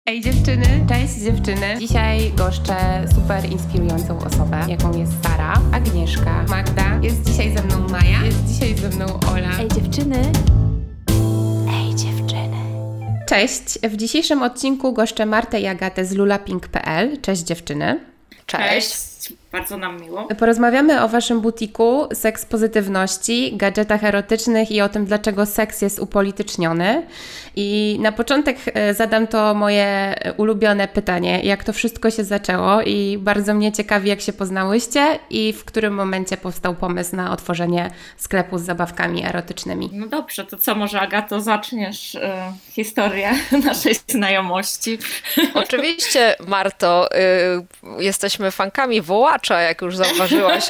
Ej dziewczyny, cześć dziewczyny. Dzisiaj goszczę super inspirującą osobę, jaką jest Sara, Agnieszka, Magda. Jest dzisiaj ze mną Maja, jest dzisiaj ze mną Ola. Ej dziewczyny. Ej dziewczyny. Cześć, w dzisiejszym odcinku goszczę Martę i Agatę z lulapink.pl. Cześć dziewczyny. Cześć, bardzo nam miło. Porozmawiamy o waszym butiku, seks pozytywności, gadżetach erotycznych i o tym, dlaczego seks jest upolityczniony. I na początek zadam to moje ulubione pytanie, jak to wszystko się zaczęło i bardzo mnie ciekawi, jak się poznałyście i w którym momencie powstał pomysł na otworzenie sklepu z zabawkami erotycznymi. No dobrze, to co, może Agato zaczniesz historię naszej znajomości? Oczywiście, Marto, jesteśmy fankami Wołacza, jak już zauważyłaś.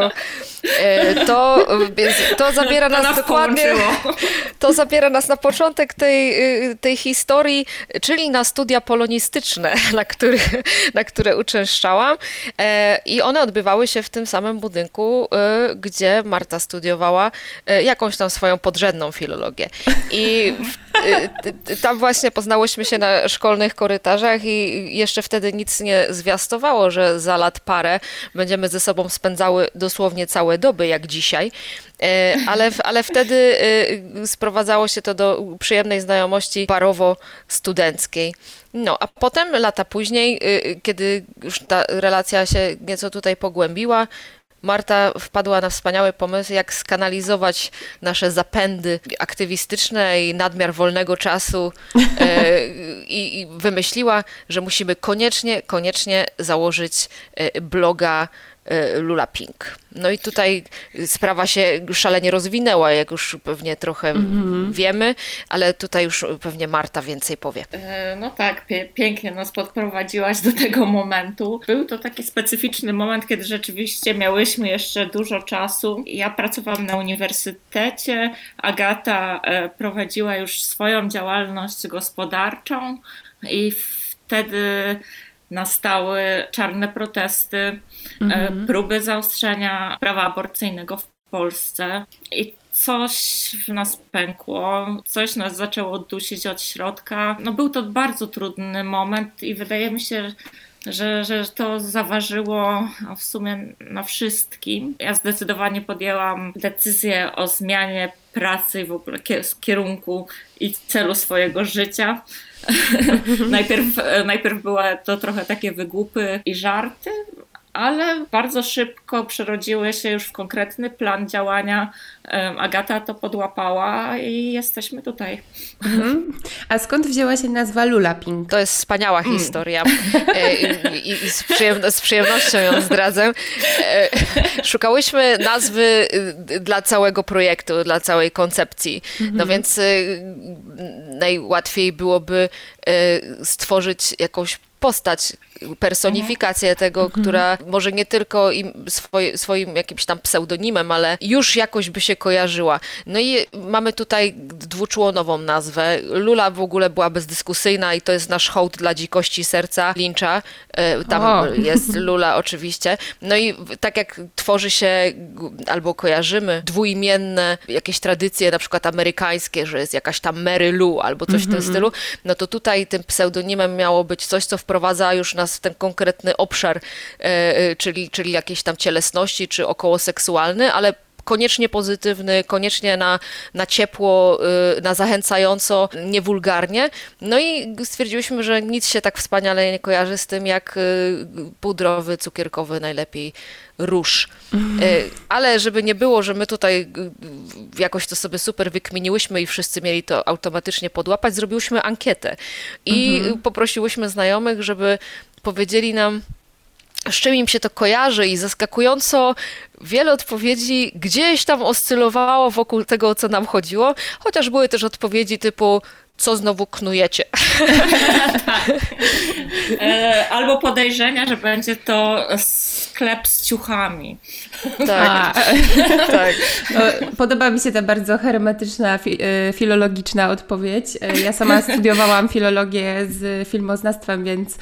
To zabiera nas dokładnie. To zabiera nas na początek tej historii, czyli na studia polonistyczne, na które uczęszczałam. I one odbywały się w tym samym budynku, gdzie Marta studiowała jakąś tam swoją podrzędną filologię. I tam właśnie poznałyśmy się na szkolnych korytarzach i jeszcze wtedy nic nie zwiastowało, że za lat parę będziemy ze sobą spędzały dosłownie całe doby, jak dzisiaj. Ale wtedy sprowadzało się to do przyjemnej znajomości parowo-studenckiej. No, a potem, lata później, kiedy już ta relacja się nieco tutaj pogłębiła, Marta wpadła na wspaniały pomysł, jak skanalizować nasze zapędy aktywistyczne i nadmiar wolnego czasu i wymyśliła, że musimy koniecznie założyć bloga Lulapink. No i tutaj sprawa się szalenie rozwinęła, jak już pewnie trochę wiemy, ale tutaj już pewnie Marta więcej powie. No tak, pięknie nas podprowadziłaś do tego momentu. Był to taki specyficzny moment, kiedy rzeczywiście miałyśmy jeszcze dużo czasu. Ja pracowałam na uniwersytecie, Agata prowadziła już swoją działalność gospodarczą i wtedy nastały czarne protesty, próby zaostrzenia prawa aborcyjnego w Polsce i coś w nas pękło, coś nas zaczęło dusić od środka. No był to bardzo trudny moment i wydaje mi się, że to zaważyło w sumie na wszystkim. Ja zdecydowanie podjęłam decyzję o zmianie pracy i w ogóle kierunku i celu swojego życia. Najpierw były to trochę takie wygłupy i żarty, ale bardzo szybko przerodziły się już w konkretny plan działania. Agata to podłapała i jesteśmy tutaj. A skąd wzięła się nazwa Lulapink? To jest wspaniała historia i z przyjemnością ją zdradzę. Szukałyśmy nazwy dla całego projektu, dla całej koncepcji. No więc najłatwiej byłoby stworzyć jakąś postać, personifikację tego, która może nie tylko swoim jakimś tam pseudonimem, ale już jakoś by się kojarzyła. No i mamy tutaj dwuczłonową nazwę. Lula w ogóle była bezdyskusyjna i to jest nasz hołd dla dzikości serca Lyncha. Tam jest Lula oczywiście. No i tak jak tworzy się albo kojarzymy dwuimienne jakieś tradycje, na przykład amerykańskie, że jest jakaś tam Mary Lou albo coś w tym stylu, no to tutaj tym pseudonimem miało być coś, co wprowadza już nas w ten konkretny obszar, czyli jakiejś tam cielesności, czy okołoseksualny, ale koniecznie pozytywny, koniecznie na ciepło, na zachęcająco, nie wulgarnie. No i stwierdziłyśmy, że nic się tak wspaniale nie kojarzy z tym, jak pudrowy, cukierkowy, najlepiej róż. Ale żeby nie było, że my tutaj jakoś to sobie super wykminiłyśmy i wszyscy mieli to automatycznie podłapać, zrobiłyśmy ankietę i poprosiłyśmy znajomych, żeby powiedzieli nam, z czym im się to kojarzy i zaskakująco wiele odpowiedzi gdzieś tam oscylowało wokół tego, o co nam chodziło, chociaż były też odpowiedzi typu co znowu knujecie? Tak. Albo podejrzenia, że będzie to sklep z ciuchami. Tak. Tak. No, podoba mi się ta bardzo hermetyczna, filologiczna odpowiedź. Ja sama studiowałam filologię z filmoznawstwem, więc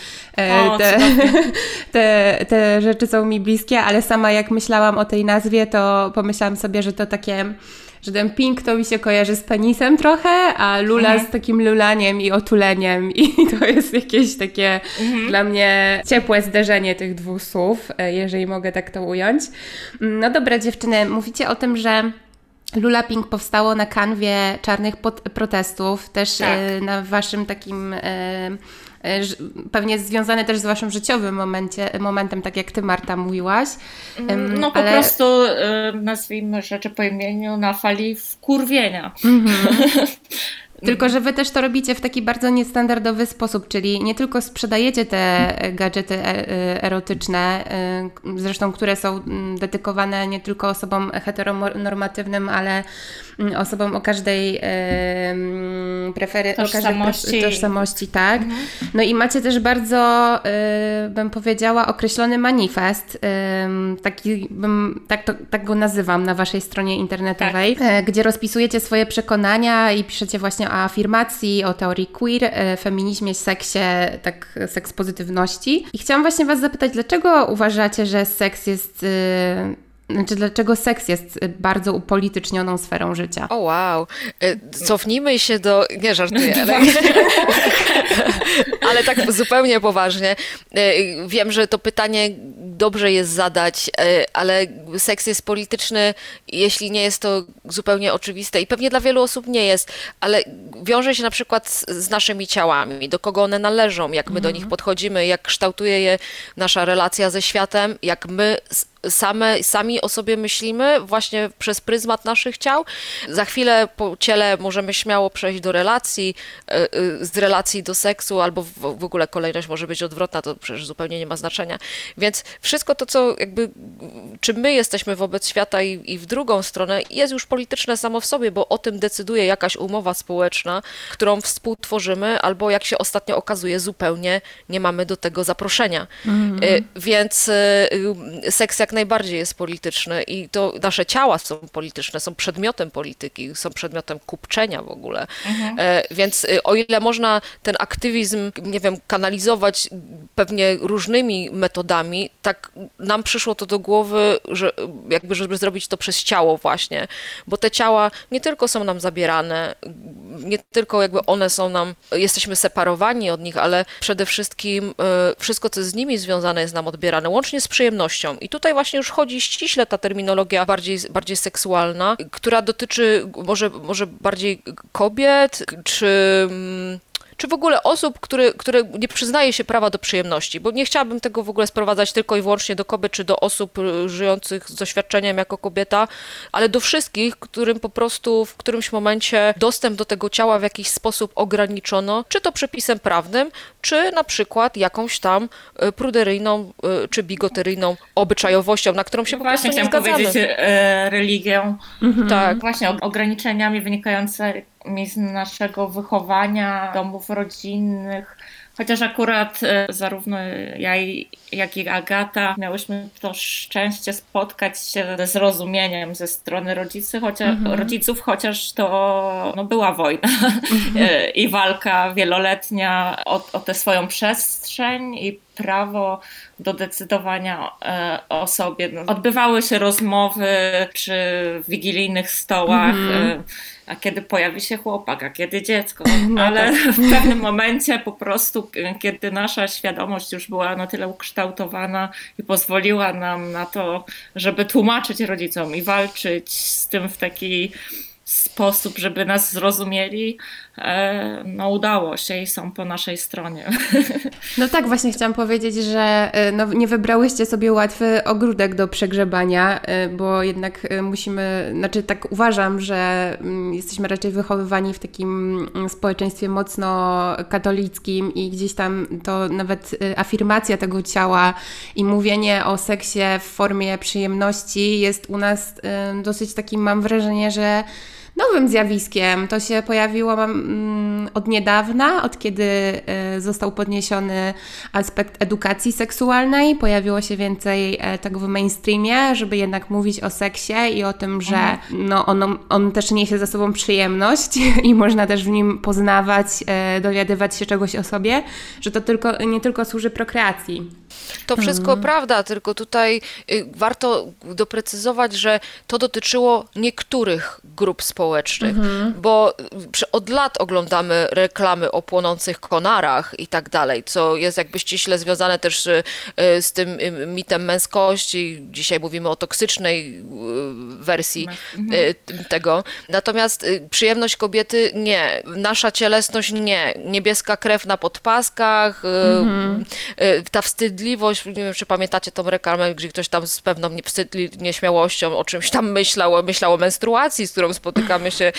te rzeczy są mi bliskie, ale sama jak myślałam o tej nazwie, to pomyślałam sobie, że to takie że ten Pink to mi się kojarzy z penisem trochę, a Lula z takim lulaniem i otuleniem i to jest jakieś takie dla mnie ciepłe zderzenie tych dwóch słów, jeżeli mogę tak to ująć. No dobra, dziewczyny, mówicie o tym, że Lula Pink powstało na kanwie czarnych protestów, też na waszym takim, pewnie związane też z waszym życiowym momentem, tak jak ty, Marta, mówiłaś. No po prostu nazwijmy rzeczy po imieniu, na fali wkurwienia. Tylko że wy też to robicie w taki bardzo niestandardowy sposób, czyli nie tylko sprzedajecie te gadżety erotyczne, zresztą które są dedykowane nie tylko osobom heteronormatywnym, ale osobom o każdej tożsamości, tak. No i macie też bardzo, bym powiedziała, określony manifest, taki tak go nazywam na waszej stronie internetowej, gdzie rozpisujecie swoje przekonania i piszecie właśnie o afirmacji, o teorii queer, feminizmie, seksie, seks pozytywności. I chciałam właśnie was zapytać, dlaczego uważacie, że dlaczego seks jest bardzo upolitycznioną sferą życia? O wow, cofnijmy się do... Nie, żartuję, ale tak zupełnie poważnie. Wiem, że to pytanie dobrze jest zadać, ale seks jest polityczny, jeśli nie jest to zupełnie oczywiste i pewnie dla wielu osób nie jest, ale wiąże się na przykład z naszymi ciałami, do kogo one należą, jak my do nich podchodzimy, jak kształtuje je nasza relacja ze światem, jak my sami o sobie myślimy właśnie przez pryzmat naszych ciał. Za chwilę po ciele możemy śmiało przejść do relacji, z relacji do seksu, albo w ogóle kolejność może być odwrotna, to przecież zupełnie nie ma znaczenia. Więc wszystko to, co czym my jesteśmy wobec świata i w drugą stronę, jest już polityczne samo w sobie, bo o tym decyduje jakaś umowa społeczna, którą współtworzymy, albo jak się ostatnio okazuje, zupełnie nie mamy do tego zaproszenia. Więc seks jak najbardziej jest polityczny i to nasze ciała są polityczne, są przedmiotem polityki, są przedmiotem kupczenia w ogóle. Więc o ile można ten aktywizm, nie wiem, kanalizować pewnie różnymi metodami, tak nam przyszło to do głowy, żeby zrobić to przez ciało właśnie, bo te ciała nie tylko są nam zabierane, nie tylko one są nam, jesteśmy separowani od nich, ale przede wszystkim wszystko, co z nimi związane, jest nam odbierane, łącznie z przyjemnością. I tutaj właśnie już chodzi ściśle ta terminologia bardziej seksualna, która dotyczy może bardziej kobiet, czy w ogóle osób, które nie przyznaje się prawa do przyjemności, bo nie chciałabym tego w ogóle sprowadzać tylko i wyłącznie do kobiet, czy do osób żyjących z doświadczeniem jako kobieta, ale do wszystkich, którym po prostu w którymś momencie dostęp do tego ciała w jakiś sposób ograniczono, czy to przepisem prawnym, czy na przykład jakąś tam pruderyjną, czy bigoteryjną obyczajowością, na którą się po prostu nie zgadzamy. Właśnie chciałam powiedzieć religią. Tak. Właśnie ograniczeniami wynikającymi z naszego wychowania, domów rodzinnych. Chociaż akurat zarówno ja, jak i Agata miałyśmy to szczęście spotkać się ze zrozumieniem ze strony rodziców, chociaż to była wojna i walka wieloletnia o tę swoją przestrzeń i prawo do decydowania o sobie. Odbywały się rozmowy przy wigilijnych stołach, a kiedy pojawi się chłopak, a kiedy dziecko. Ale w pewnym momencie po prostu, kiedy nasza świadomość już była na tyle ukształtowana i pozwoliła nam na to, żeby tłumaczyć rodzicom i walczyć z tym w taki sposób, żeby nas zrozumieli, udało się i są po naszej stronie. No tak, właśnie chciałam powiedzieć, że nie wybrałyście sobie łatwy ogródek do przegrzebania, bo jednak tak uważam, że jesteśmy raczej wychowywani w takim społeczeństwie mocno katolickim i gdzieś tam to nawet afirmacja tego ciała i mówienie o seksie w formie przyjemności jest u nas dosyć takim, mam wrażenie, że nowym zjawiskiem. To się pojawiło od niedawna, od kiedy został podniesiony aspekt edukacji seksualnej. Pojawiło się więcej tego w mainstreamie, żeby jednak mówić o seksie i o tym, że on też niesie ze sobą przyjemność i można też w nim poznawać, dowiadywać się czegoś o sobie, że to nie tylko służy prokreacji. To wszystko prawda, tylko tutaj warto doprecyzować, że to dotyczyło niektórych grup społecznych, bo od lat oglądamy reklamy o płonących konarach i tak dalej, co jest jakby ściśle związane też z tym mitem męskości. Dzisiaj mówimy o toksycznej wersji tego. Natomiast przyjemność kobiety nie, nasza cielesność nie, niebieska krew na podpaskach, ta wstydliwość, nie wiem, czy pamiętacie tą reklamę, gdzie ktoś tam z pewną nieśmiałością o czymś tam myślał o menstruacji, z którą spotykamy się,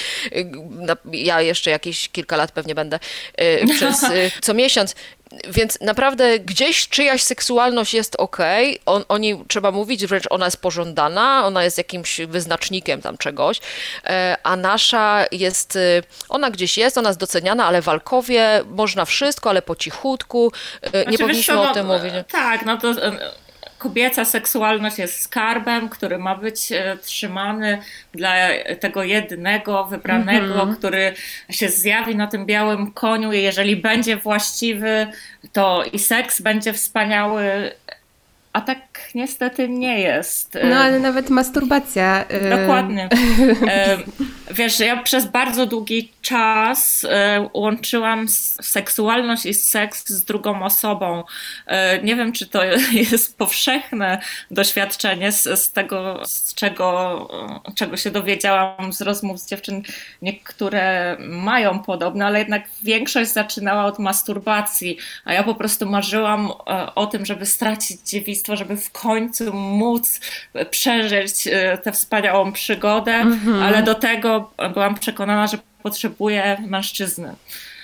ja jeszcze jakieś kilka lat pewnie będę przez co miesiąc. Więc naprawdę gdzieś czyjaś seksualność jest okej, o niej trzeba mówić, wręcz ona jest pożądana, ona jest jakimś wyznacznikiem tam czegoś, a nasza jest, ona gdzieś jest, ona jest doceniana, ale walkowie, można wszystko, ale po cichutku, nie powinniśmy o tym mówić. Tak, no to kobieca seksualność jest skarbem, który ma być trzymany dla tego jednego, wybranego, który się zjawi na tym białym koniu i jeżeli będzie właściwy, to i seks będzie wspaniały. A tak niestety nie jest. No ale nawet masturbacja. Dokładnie. Wiesz, ja przez bardzo długi czas łączyłam seksualność i seks z drugą osobą. Nie wiem, czy to jest powszechne doświadczenie z tego, czego się dowiedziałam z rozmów z dziewczyn. Niektóre mają podobne, ale jednak większość zaczynała od masturbacji, a ja po prostu marzyłam o tym, żeby stracić dziewictwo, żeby w końcu móc przeżyć tę wspaniałą przygodę, ale do tego byłam przekonana, że potrzebuję mężczyzny.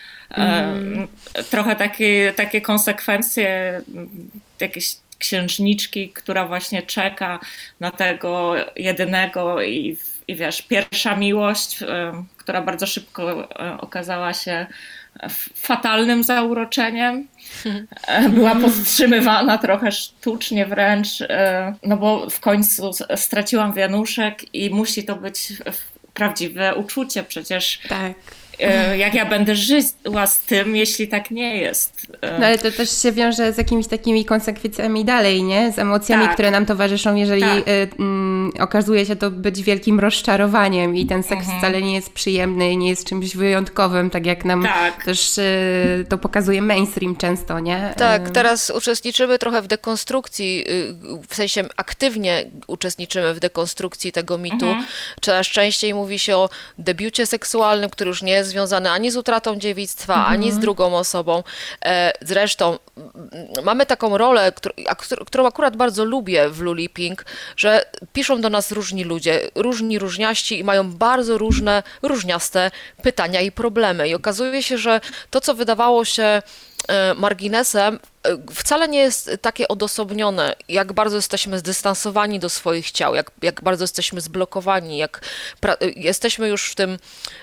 Trochę takie konsekwencje jakiejś księżniczki, która właśnie czeka na tego jedynego i wiesz, pierwsza miłość, która bardzo szybko okazała się fatalnym zauroczeniem. Była powstrzymywana trochę sztucznie wręcz, no bo w końcu straciłam wianuszek i musi to być prawdziwe uczucie. Przecież tak. Jak ja będę żyła z tym, jeśli tak nie jest. No ale to też się wiąże z jakimiś takimi konsekwencjami dalej, nie? Z emocjami, tak. które nam towarzyszą, jeżeli okazuje się to być wielkim rozczarowaniem i ten seks wcale nie jest przyjemny i nie jest czymś wyjątkowym, tak jak nam też to pokazuje mainstream często, nie? Tak, teraz uczestniczymy trochę w dekonstrukcji, w sensie aktywnie uczestniczymy w dekonstrukcji tego mitu. Coraz częściej mówi się o debiucie seksualnym, który już nie jest związany ani z utratą dziewictwa, ani z drugą osobą. Zresztą mamy taką rolę, którą akurat bardzo lubię w Luli Pink, że piszą do nas różni ludzie, różniaści i mają bardzo różne, różniaste pytania i problemy. I okazuje się, że to, co wydawało się marginesem, wcale nie jest takie odosobnione, jak bardzo jesteśmy zdystansowani do swoich ciał, jak bardzo jesteśmy zblokowani, jak jesteśmy już w tym,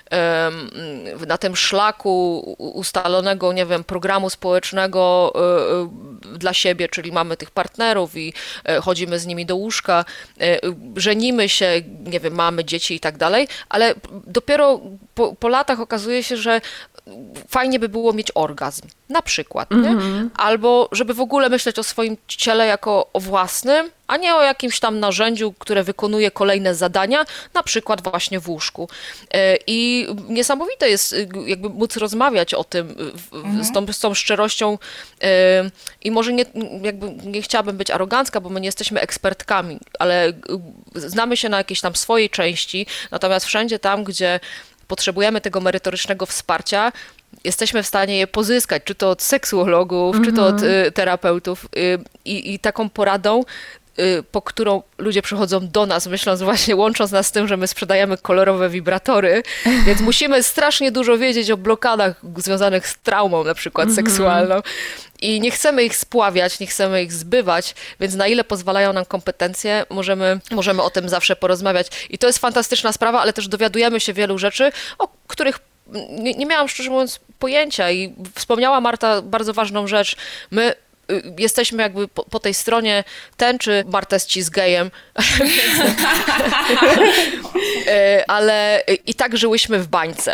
na tym szlaku ustalonego, nie wiem, programu społecznego dla siebie, czyli mamy tych partnerów i chodzimy z nimi do łóżka, żenimy się, nie wiem, mamy dzieci i tak dalej, ale dopiero po latach okazuje się, że fajnie by było mieć orgazm, na przykład, nie? Albo żeby w ogóle myśleć o swoim ciele jako o własnym, a nie o jakimś tam narzędziu, które wykonuje kolejne zadania, na przykład właśnie w łóżku. I niesamowite jest jakby móc rozmawiać o tym z tą szczerością i może nie chciałabym być arogancka, bo my nie jesteśmy ekspertkami, ale znamy się na jakiejś tam swojej części, natomiast wszędzie tam, gdzie potrzebujemy tego merytorycznego wsparcia, jesteśmy w stanie je pozyskać, czy to od seksuologów, czy to od terapeutów i taką poradą, po którą ludzie przychodzą do nas, myśląc właśnie, łącząc nas z tym, że my sprzedajemy kolorowe wibratory, więc musimy strasznie dużo wiedzieć o blokadach związanych z traumą, na przykład seksualną. I nie chcemy ich spławiać, nie chcemy ich zbywać, więc na ile pozwalają nam kompetencje, możemy o tym zawsze porozmawiać. I to jest fantastyczna sprawa, ale też dowiadujemy się wielu rzeczy, o których nie miałam, szczerze mówiąc, pojęcia. I wspomniała Marta bardzo ważną rzecz. My jesteśmy jakby po tej stronie tęczy, Marta jest cis-gejem, ale i tak żyłyśmy w bańce.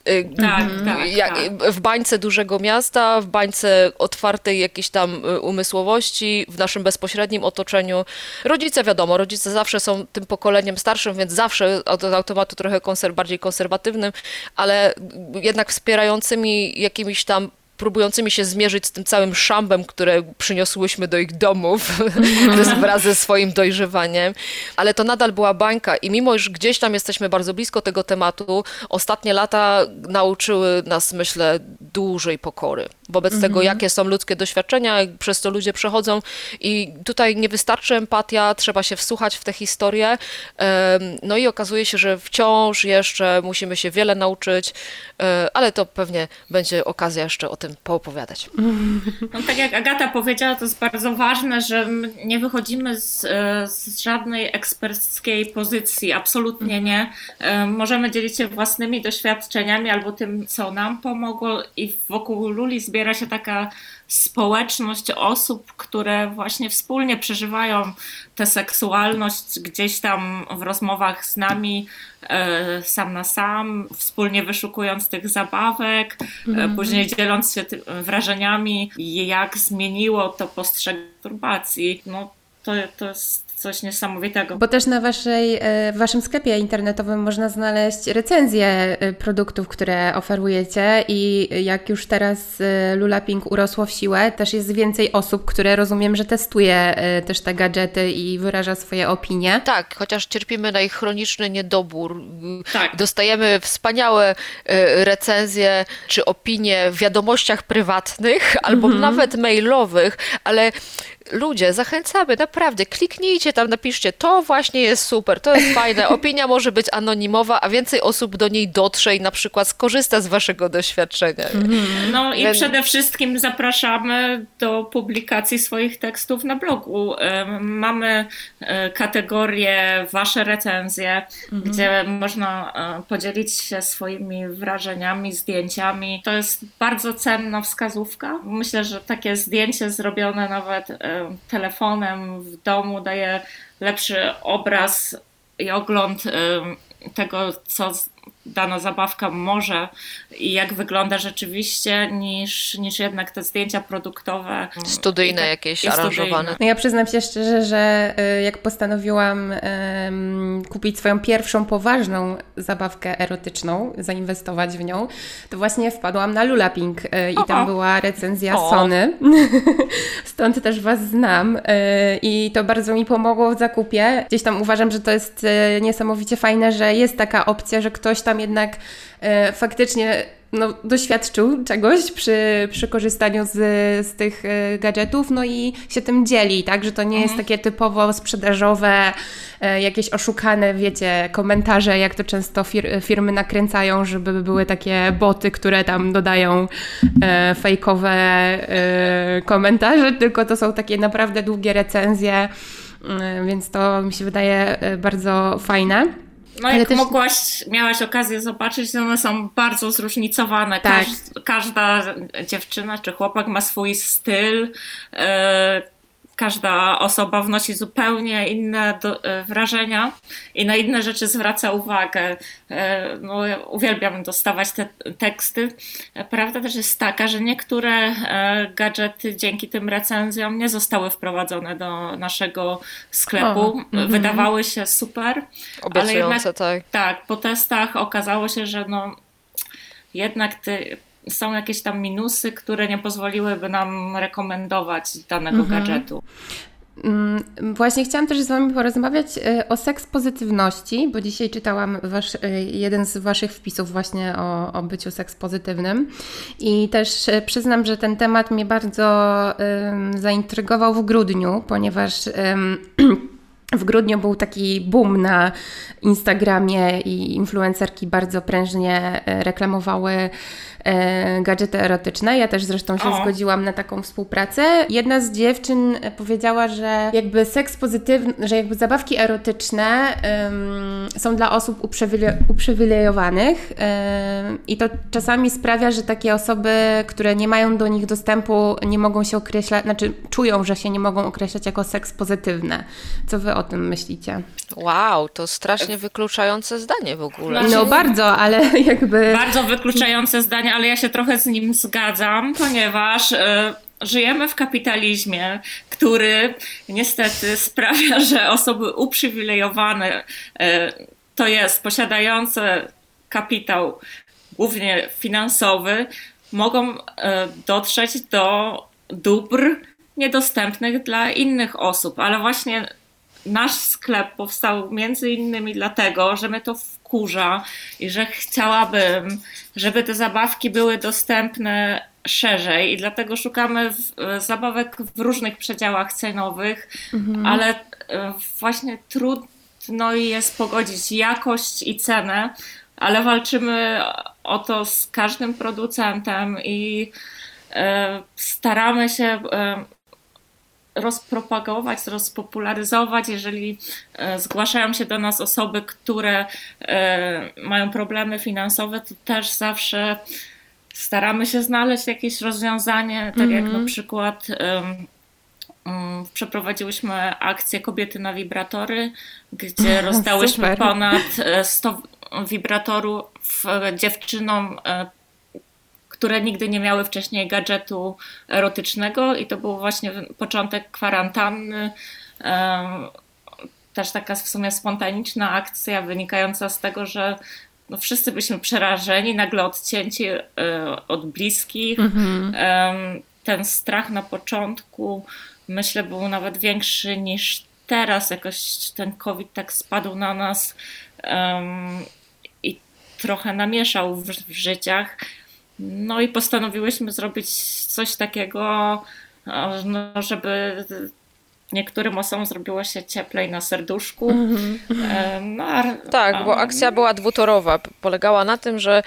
w bańce dużego miasta, w bańce otwartej jakiejś tam umysłowości, w naszym bezpośrednim otoczeniu. Rodzice, wiadomo, rodzice zawsze są tym pokoleniem starszym, więc zawsze od automatu trochę bardziej konserwatywnym, ale jednak wspierającymi jakimiś tam próbującymi się zmierzyć z tym całym szambem, które przyniosłyśmy do ich domów wraz ze swoim dojrzewaniem. Ale to nadal była bańka i mimo, iż gdzieś tam jesteśmy bardzo blisko tego tematu, ostatnie lata nauczyły nas, myślę, dużej pokory wobec tego, jakie są ludzkie doświadczenia, przez co ludzie przechodzą i tutaj nie wystarczy empatia, trzeba się wsłuchać w te historie. No i okazuje się, że wciąż jeszcze musimy się wiele nauczyć, ale to pewnie będzie okazja jeszcze o tym poopowiadać. No, tak jak Agata powiedziała, to jest bardzo ważne, że my nie wychodzimy z żadnej eksperckiej pozycji, absolutnie nie. Możemy dzielić się własnymi doświadczeniami albo tym, co nam pomogło i wokół Luli zbiera się taka społeczność osób, które właśnie wspólnie przeżywają tę seksualność gdzieś tam w rozmowach z nami, sam na sam, wspólnie wyszukując tych zabawek, później dzieląc się wrażeniami, jak zmieniło to postrzeganie masturbacji. No, to jest coś niesamowitego. Bo też na w waszym sklepie internetowym można znaleźć recenzje produktów, które oferujecie i jak już teraz LulaPink urosło w siłę, też jest więcej osób, które rozumiem, że testuje też te gadżety i wyraża swoje opinie. Tak, chociaż cierpimy na ich chroniczny niedobór. Tak. Dostajemy wspaniałe recenzje czy opinie w wiadomościach prywatnych albo nawet mailowych, ale ludzie, zachęcamy, naprawdę, kliknijcie tam, napiszcie, to właśnie jest super, to jest fajne, opinia może być anonimowa, a więcej osób do niej dotrze i na przykład skorzysta z waszego doświadczenia. No i przede wszystkim zapraszamy do publikacji swoich tekstów na blogu. Mamy kategorię wasze recenzje, gdzie można podzielić się swoimi wrażeniami, zdjęciami. To jest bardzo cenna wskazówka. Myślę, że takie zdjęcie zrobione nawet telefonem w domu daje lepszy obraz i ogląd tego, co dana zabawka może i jak wygląda rzeczywiście, niż jednak te zdjęcia produktowe. Studyjne jakieś, aranżowane. No ja przyznam się szczerze, że jak postanowiłam kupić swoją pierwszą poważną zabawkę erotyczną, zainwestować w nią, to właśnie wpadłam na LulaPink i tam była recenzja Sony. Stąd też was znam i to bardzo mi pomogło w zakupie. Gdzieś tam uważam, że to jest niesamowicie fajne, że jest taka opcja, że ktoś tam jednak faktycznie doświadczył czegoś przy korzystaniu z tych gadżetów, no i się tym dzieli, tak, że to nie jest takie typowo sprzedażowe, jakieś oszukane, wiecie, komentarze, jak to często firmy nakręcają, żeby były takie boty, które tam dodają fejkowe komentarze, tylko to są takie naprawdę długie recenzje, więc to mi się wydaje bardzo fajne. No jak miałaś okazję zobaczyć, one są bardzo zróżnicowane. Tak. Każda dziewczyna czy chłopak ma swój styl. Każda osoba wnosi zupełnie inne wrażenia i na inne rzeczy zwraca uwagę. No, ja uwielbiam dostawać te teksty. Prawda też jest taka, że niektóre gadżety dzięki tym recenzjom nie zostały wprowadzone do naszego sklepu. Wydawały się super. Obiecujące, tak. Tak, po testach okazało się, że jednak są jakieś tam minusy, które nie pozwoliłyby nam rekomendować danego gadżetu. Właśnie chciałam też z wami porozmawiać o sekspozytywności, bo dzisiaj czytałam jeden z waszych wpisów właśnie o byciu sekspozytywnym i też przyznam, że ten temat mnie bardzo zaintrygował w grudniu, ponieważ w grudniu był taki boom na Instagramie i influencerki bardzo prężnie reklamowały gadżety erotyczne. Ja też zresztą się zgodziłam na taką współpracę. Jedna z dziewczyn powiedziała, że jakby seks pozytywny, że jakby zabawki erotyczne są dla osób uprzywilejowanych i to czasami sprawia, że takie osoby, które nie mają do nich dostępu, nie mogą się określać, znaczy czują, że się nie mogą określać jako seks pozytywne. Co wy o tym myślicie? Wow, to strasznie wykluczające zdanie w ogóle. No bardzo, ale jakby... Bardzo wykluczające zdanie, ale ja się trochę z nim zgadzam, ponieważ żyjemy w kapitalizmie, który niestety sprawia, że osoby uprzywilejowane, to jest posiadające kapitał głównie finansowy, mogą dotrzeć do dóbr niedostępnych dla innych osób, ale właśnie nasz sklep powstał między innymi dlatego, że mnie to wkurza i że chciałabym, żeby te zabawki były dostępne szerzej i dlatego szukamy zabawek w różnych przedziałach cenowych, ale właśnie trudno jest pogodzić jakość i cenę, ale walczymy o to z każdym producentem i staramy się rozpropagować, rozpopularyzować, jeżeli zgłaszają się do nas osoby, które mają problemy finansowe, to też zawsze staramy się znaleźć jakieś rozwiązanie, tak jak na przykład przeprowadziłyśmy akcję Kobiety na wibratory, gdzie rozdałyśmy ponad 100 wibratorów dziewczynom, które nigdy nie miały wcześniej gadżetu erotycznego i to był właśnie początek kwarantanny. Też taka w sumie spontaniczna akcja wynikająca z tego, że no wszyscy byliśmy przerażeni, nagle odcięci od bliskich. Ten strach na początku, myślę, był nawet większy niż teraz. Jakoś ten COVID tak spadł na nas i trochę namieszał w życiach. No i postanowiłyśmy zrobić coś takiego, no, żeby niektórym osobom zrobiło się cieplej na serduszku. Tak, bo akcja była dwutorowa. Polegała na tym, że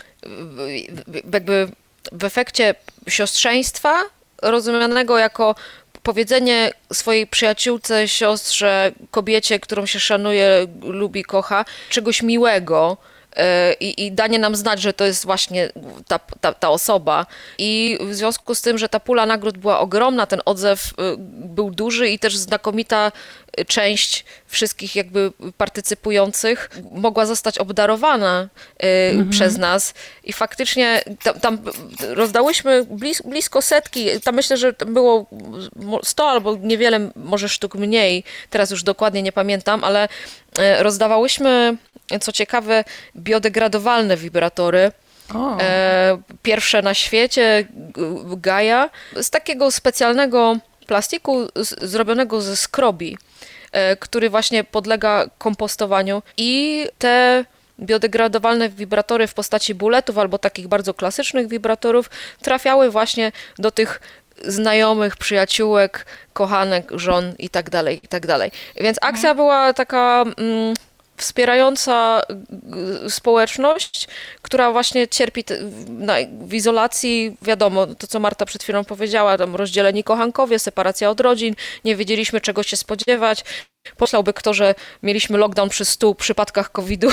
jakby w efekcie siostrzeństwa rozumianego jako powiedzenie swojej przyjaciółce, siostrze, kobiecie, którą się szanuje, lubi, kocha, czegoś miłego, i danie nam znać, że to jest właśnie ta osoba. I w związku z tym, że ta pula nagród była ogromna, ten odzew był duży i też znakomita część wszystkich jakby partycypujących mogła zostać obdarowana przez nas i faktycznie tam rozdałyśmy blisko setki, tam myślę, że było 100 albo niewiele, może sztuk mniej, teraz już dokładnie nie pamiętam, ale rozdawałyśmy, co ciekawe, biodegradowalne wibratory. Pierwsze na świecie, Gaia, z takiego specjalnego plastiku zrobionego ze skrobi, który właśnie podlega kompostowaniu i te biodegradowalne wibratory w postaci buletów albo takich bardzo klasycznych wibratorów trafiały właśnie do tych znajomych, przyjaciółek, kochanek, żon i tak dalej, i tak dalej. Więc akcja była taka wspierająca społeczność, która właśnie cierpi w izolacji, wiadomo, to co Marta przed chwilą powiedziała, tam rozdzieleni kochankowie, separacja od rodzin, nie wiedzieliśmy czego się spodziewać. Pomyślałby kto, że mieliśmy lockdown przy 100 przypadkach COVID-u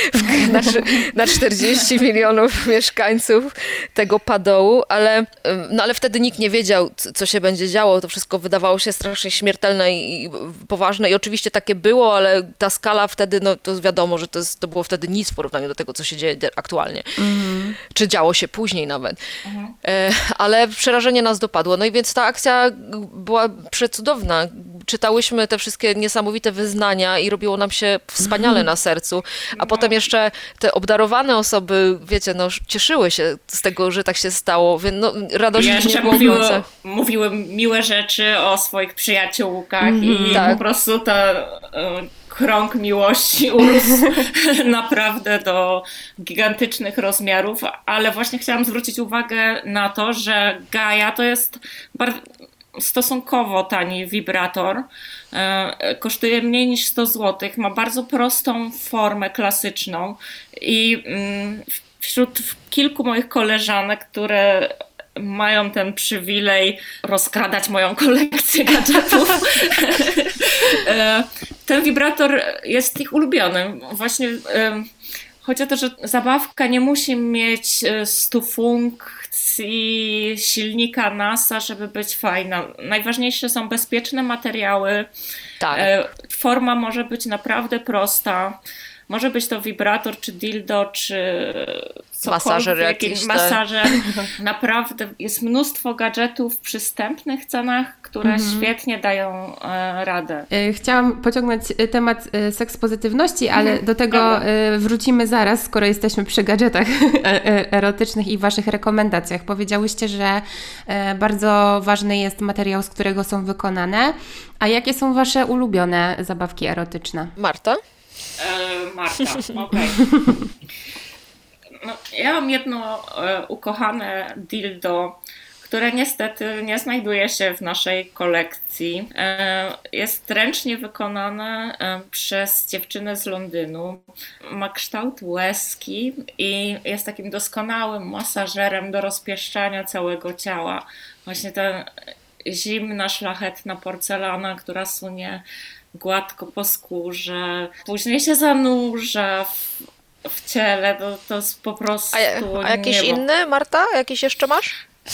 na 40 milionów mieszkańców tego padołu, ale wtedy nikt nie wiedział, co się będzie działo. To wszystko wydawało się strasznie śmiertelne i poważne i oczywiście takie było, ale ta skala wtedy, no to wiadomo, że to było wtedy nic w porównaniu do tego, co się dzieje aktualnie. Czy działo się później nawet. Ale przerażenie nas dopadło. No i więc ta akcja była przecudowna. Czytałyśmy te wszystkie niesamowite wyznania i robiło nam się wspaniale na sercu. A potem jeszcze te obdarowane osoby, wiecie, no cieszyły się z tego, że tak się stało. Więc no, radości nie było końca. Mówiły miłe rzeczy o swoich przyjaciółkach i po prostu krąg miłości urósł naprawdę do gigantycznych rozmiarów, ale właśnie chciałam zwrócić uwagę na to, że Gaia to jest stosunkowo tani wibrator, kosztuje mniej niż 100 zł, ma bardzo prostą formę klasyczną i wśród kilku moich koleżanek, które mają ten przywilej rozkradać moją kolekcję gadżetów, ten wibrator jest ich ulubionym. Właśnie Chodzi o to, że zabawka nie musi mieć 100 funkcji, silnika NASA, żeby być fajna. Najważniejsze są bezpieczne materiały. Tak. Forma może być naprawdę prosta. Może być to wibrator, czy dildo, czy masażer jakiś. Masażer. Naprawdę jest mnóstwo gadżetów w przystępnych cenach, które świetnie dają radę. Chciałam pociągnąć temat sekspozytywności, ale do tego wrócimy zaraz, skoro jesteśmy przy gadżetach erotycznych i Waszych rekomendacjach. Powiedziałyście, że bardzo ważny jest materiał, z którego są wykonane. A jakie są Wasze ulubione zabawki erotyczne? Marta? Marta, okej. No, ja mam jedno ukochane dildo, które niestety nie znajduje się w naszej kolekcji. Jest ręcznie wykonane przez dziewczynę z Londynu. Ma kształt łezki i jest takim doskonałym masażerem do rozpieszczania całego ciała. Właśnie ta zimna, szlachetna porcelana, która sunie gładko po skórze, później się zanurza w ciele, to jest po prostu A jakieś niebo. inne, Marta? Jakieś jeszcze masz?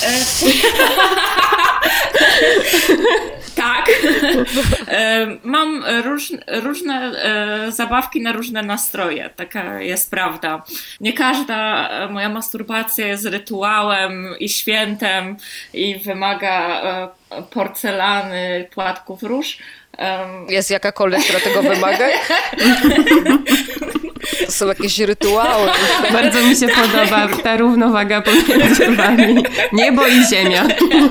Tak. Mam różne zabawki na różne nastroje. Taka jest prawda. Nie każda moja masturbacja jest rytuałem i świętem i wymaga porcelany, płatków róż. Jest jakakolwiek, która tego wymaga? To są jakieś rytuały. Bardzo mi się podoba ta równowaga pomiędzy Wami. Niebo i ziemia.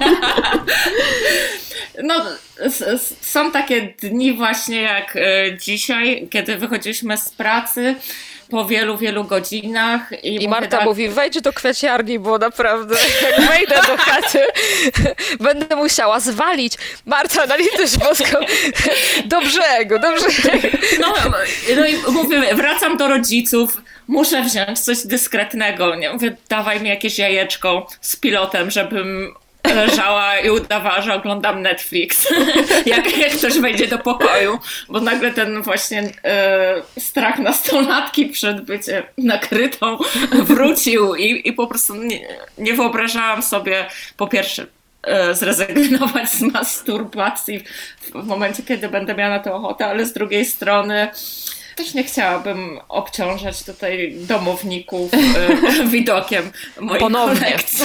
No, są takie dni właśnie jak dzisiaj, kiedy wychodziliśmy z pracy po wielu godzinach. I Marta mówi, wejdź do kwiaciarni, bo naprawdę jak wejdę do chaty, będę musiała zwalić. Marta, na litość boską, do brzegu. No i mówię, wracam do rodziców, muszę wziąć coś dyskretnego. Nie mówię, dawaj mi jakieś jajeczko z pilotem, żebym leżała i udawała, że oglądam Netflix, jak ktoś wejdzie do pokoju, bo nagle ten właśnie strach nastolatki przed byciem nakrytą wrócił i po prostu nie wyobrażałam sobie po pierwsze zrezygnować z masturbacji w momencie, kiedy będę miała na to ochotę, ale z drugiej strony też nie chciałabym obciążać tutaj domowników widokiem mojej kolekcji.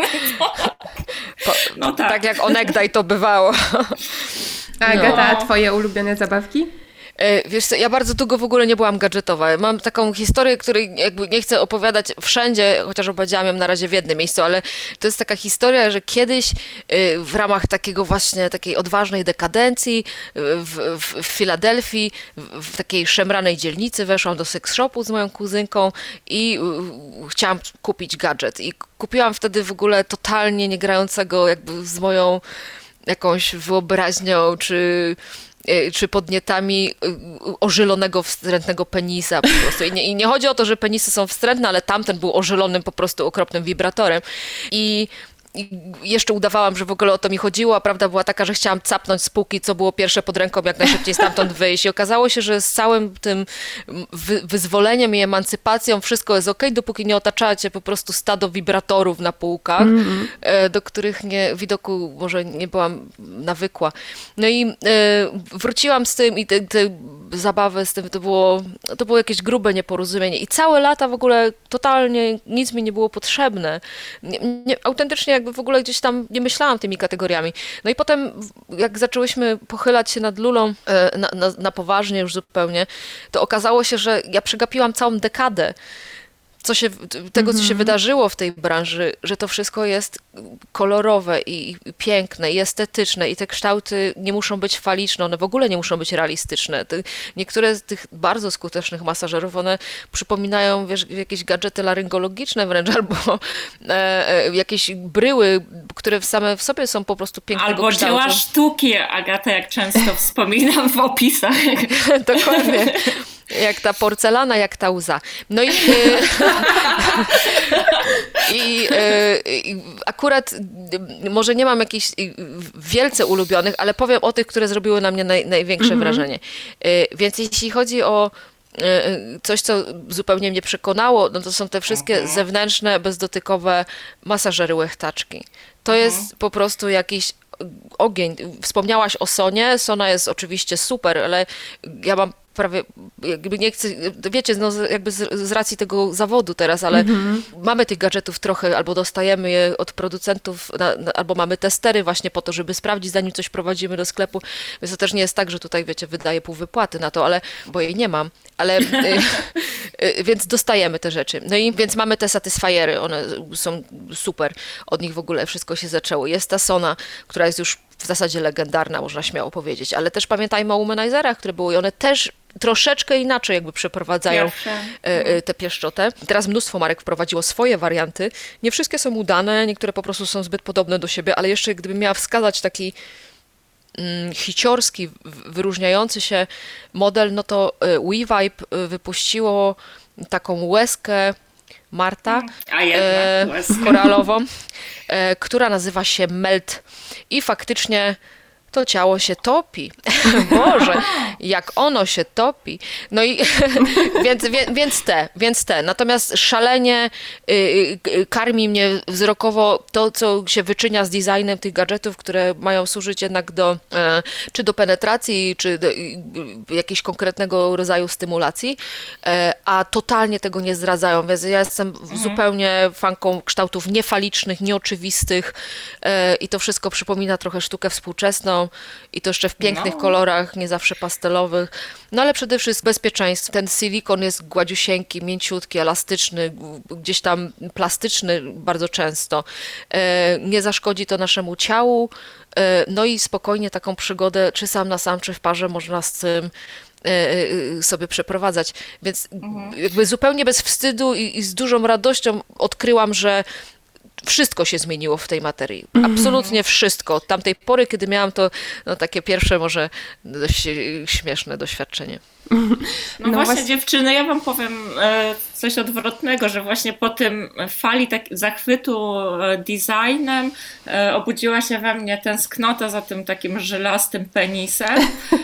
No tak. Tak jak onegdaj to bywało. A Agata, twoje ulubione zabawki? Wiesz co, ja bardzo długo w ogóle nie byłam gadżetowa. Mam taką historię, której jakby nie chcę opowiadać wszędzie, chociaż opowiedziałam ją na razie w jednym miejscu, ale to jest taka historia, że kiedyś w ramach takiego właśnie takiej odważnej dekadencji w Filadelfii, w takiej szemranej dzielnicy weszłam do sex shopu z moją kuzynką i chciałam kupić gadżet. I kupiłam wtedy w ogóle totalnie nie grającego jakby z moją jakąś wyobraźnią, czy podnietami ożylonego, wstrętnego penisa po prostu. I nie chodzi o to, że penisy są wstrętne, ale tamten był ożylonym po prostu okropnym wibratorem. I jeszcze udawałam, że w ogóle o to mi chodziło, a prawda była taka, że chciałam capnąć z półki, co było pierwsze pod ręką, jak najszybciej stamtąd wyjść. I okazało się, że z całym tym wyzwoleniem i emancypacją wszystko jest okej, dopóki nie otacza cię po prostu stado wibratorów na półkach, do których widoku może nie byłam nawykła. No i wróciłam z tym i te zabawy z tym, to było jakieś grube nieporozumienie. I całe lata w ogóle totalnie nic mi nie było potrzebne. Autentycznie jakby w ogóle gdzieś tam nie myślałam tymi kategoriami. No i potem jak zaczęłyśmy pochylać się nad Lulą na poważnie już zupełnie, to okazało się, że ja przegapiłam całą dekadę co się wydarzyło w tej branży, że to wszystko jest kolorowe i piękne i estetyczne i te kształty nie muszą być faliczne, one w ogóle nie muszą być realistyczne. Niektóre z tych bardzo skutecznych masażerów, one przypominają, wiesz, jakieś gadżety laryngologiczne wręcz, albo jakieś bryły, które same w sobie są po prostu pięknego kształtu. Albo dzieła sztuki, Agata, jak często wspominam w opisach. Dokładnie. Jak ta porcelana, jak ta łza. No i akurat może nie mam jakichś wielce ulubionych, ale powiem o tych, które zrobiły na mnie największe wrażenie. Więc jeśli chodzi o coś, co zupełnie mnie przekonało, no to są te wszystkie zewnętrzne, bezdotykowe masażery łechtaczki. To jest po prostu jakiś ogień. Wspomniałaś o Sonie. Sona jest oczywiście super, ale ja mam prawie, jakby nie chcę, wiecie, no jakby z racji tego zawodu teraz, ale mamy tych gadżetów trochę, albo dostajemy je od producentów, albo mamy testery właśnie po to, żeby sprawdzić, zanim coś prowadzimy do sklepu, więc to też nie jest tak, że tutaj, wiecie, wydaję pół wypłaty na to, ale, bo jej nie mam, ale więc dostajemy te rzeczy. No i więc mamy te Satisfyery, one są super, od nich w ogóle wszystko się zaczęło. Jest ta Sona, która jest już w zasadzie legendarna, można śmiało powiedzieć, ale też pamiętajmy o womanizerach, które były i one też troszeczkę inaczej jakby przeprowadzają tę pieszczotę. Teraz mnóstwo marek wprowadziło swoje warianty. Nie wszystkie są udane, niektóre po prostu są zbyt podobne do siebie, ale jeszcze gdybym miała wskazać taki hiciorski, wyróżniający się model, no to WeVibe wypuściło taką łezkę Marta koralową, która nazywa się Melt i faktycznie to ciało się topi. Boże, jak ono się topi. No i więc te. Natomiast szalenie karmi mnie wzrokowo to, co się wyczynia z designem tych gadżetów, które mają służyć jednak czy do penetracji, czy do jakiegoś konkretnego rodzaju stymulacji, a totalnie tego nie zdradzają. Więc ja jestem zupełnie fanką kształtów niefalicznych, nieoczywistych i to wszystko przypomina trochę sztukę współczesną. I to jeszcze w pięknych kolorach, nie zawsze pastelowych. No ale przede wszystkim bezpieczeństwo. Ten silikon jest gładziusieńki, mięciutki, elastyczny, gdzieś tam plastyczny bardzo często. Nie zaszkodzi to naszemu ciału. No i spokojnie taką przygodę, czy sam na sam, czy w parze można z tym sobie przeprowadzać. Więc jakby zupełnie bez wstydu i z dużą radością odkryłam, że wszystko się zmieniło w tej materii. Absolutnie wszystko. Od tamtej pory, kiedy miałam to takie pierwsze, może dość śmieszne doświadczenie. No właśnie, dziewczyny, ja wam powiem coś odwrotnego, że właśnie po tym fali zachwytu designem obudziła się we mnie tęsknota za tym takim żelastym penisem.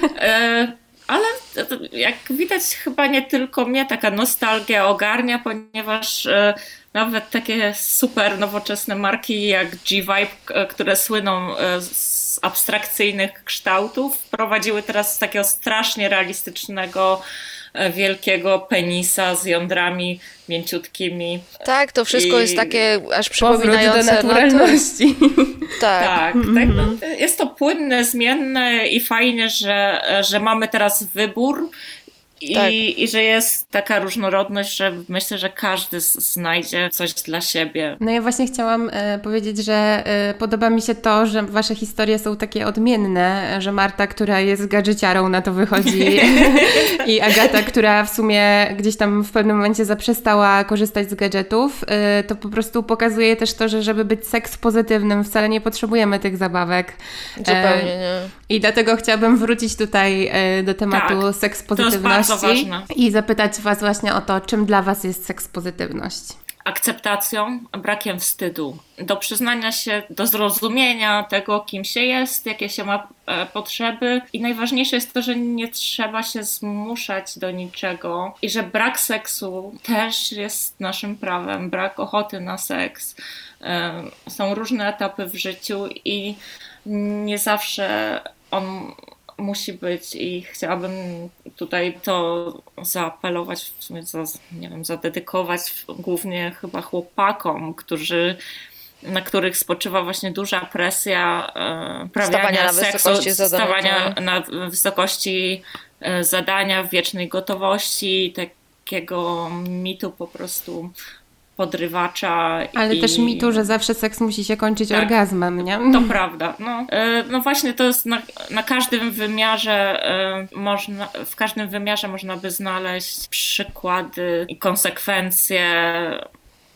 Ale jak widać, chyba nie tylko mnie taka nostalgia ogarnia, ponieważ nawet takie super nowoczesne marki jak G-Vibe, które słyną z abstrakcyjnych kształtów, wprowadziły teraz takiego strasznie realistycznego, wielkiego penisa z jądrami mięciutkimi. Tak, to wszystko jest takie aż przypominające do naturalności. Tak. No, jest to płynne, zmienne i fajnie, że mamy teraz wybór. I że jest taka różnorodność, że myślę, że każdy znajdzie coś dla siebie. No ja właśnie chciałam powiedzieć, że podoba mi się to, że wasze historie są takie odmienne, że Marta, która jest gadżeciarą, na to wychodzi i Agata, która w sumie gdzieś tam w pewnym momencie zaprzestała korzystać z gadżetów, to po prostu pokazuje też to, że żeby być seks pozytywnym, wcale nie potrzebujemy tych zabawek. Zupełnie nie. I dlatego chciałabym wrócić tutaj do tematu seks pozytywności i zapytać was właśnie o to, czym dla was jest seks pozytywność. Akceptacją, brakiem wstydu, do przyznania się, do zrozumienia tego, kim się jest, jakie się ma potrzeby i najważniejsze jest to, że nie trzeba się zmuszać do niczego i że brak seksu też jest naszym prawem, brak ochoty na seks. Są różne etapy w życiu i nie zawsze on musi być i chciałabym tutaj to zaapelować, w sumie zadedykować głównie chyba chłopakom, na których spoczywa właśnie duża presja prawiania seksu, stawania na wysokości zadania, w wiecznej gotowości, takiego mitu po prostu podrywacza. Ale też mitu, że zawsze seks musi się kończyć orgazmem, nie? To prawda. No właśnie to jest na każdym wymiarze w każdym wymiarze można by znaleźć przykłady i konsekwencje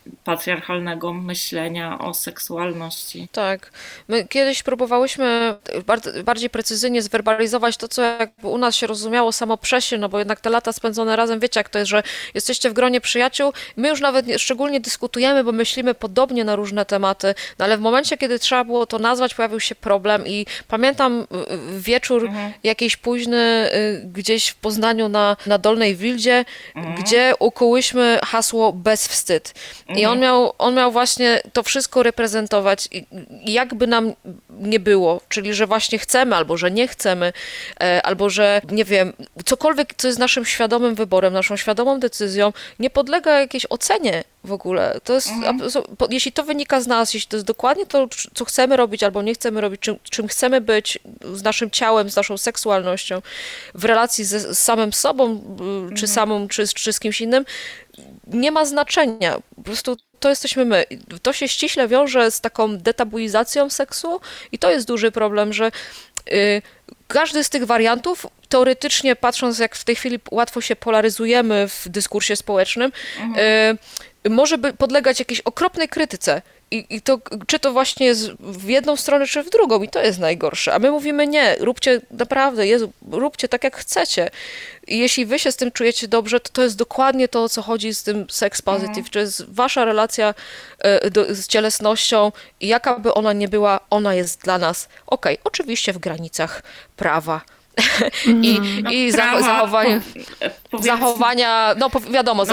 patriarchalnego myślenia o seksualności. Tak. My kiedyś próbowałyśmy bardziej precyzyjnie zwerbalizować to, co jakby u nas się rozumiało samo przesie, no bo jednak te lata spędzone razem, wiecie jak to jest, że jesteście w gronie przyjaciół, my już nawet szczególnie dyskutujemy, bo myślimy podobnie na różne tematy, no ale w momencie, kiedy trzeba było to nazwać, pojawił się problem i pamiętam wieczór jakiś późny gdzieś w Poznaniu na Dolnej Wildzie, gdzie ukułyśmy hasło bezwstyd. I on miał właśnie to wszystko reprezentować, jakby nam nie było, czyli że właśnie chcemy, albo że nie chcemy, albo że nie wiem, cokolwiek, co jest naszym świadomym wyborem, naszą świadomą decyzją, nie podlega jakiejś ocenie w ogóle. To jest, jeśli to wynika z nas, jeśli to jest dokładnie to, co chcemy robić, albo nie chcemy robić, czym chcemy być z naszym ciałem, z naszą seksualnością, w relacji z samym sobą, czy z kimś innym, nie ma znaczenia. Po prostu to jesteśmy my. To się ściśle wiąże z taką detabuizacją seksu i to jest duży problem, że każdy z tych wariantów, teoretycznie patrząc, jak w tej chwili łatwo się polaryzujemy w dyskursie społecznym, może podlegać jakiejś okropnej krytyce. I to, czy to właśnie jest w jedną stronę, czy w drugą. I to jest najgorsze. A my mówimy nie, róbcie naprawdę, Jezu, róbcie tak, jak chcecie. I jeśli wy się z tym czujecie dobrze, to jest dokładnie to, o co chodzi z tym sex positive. Czy jest wasza relacja z cielesnością i jaka by ona nie była, ona jest dla nas okej. Oczywiście w granicach prawa. I zachowania, no wiadomo,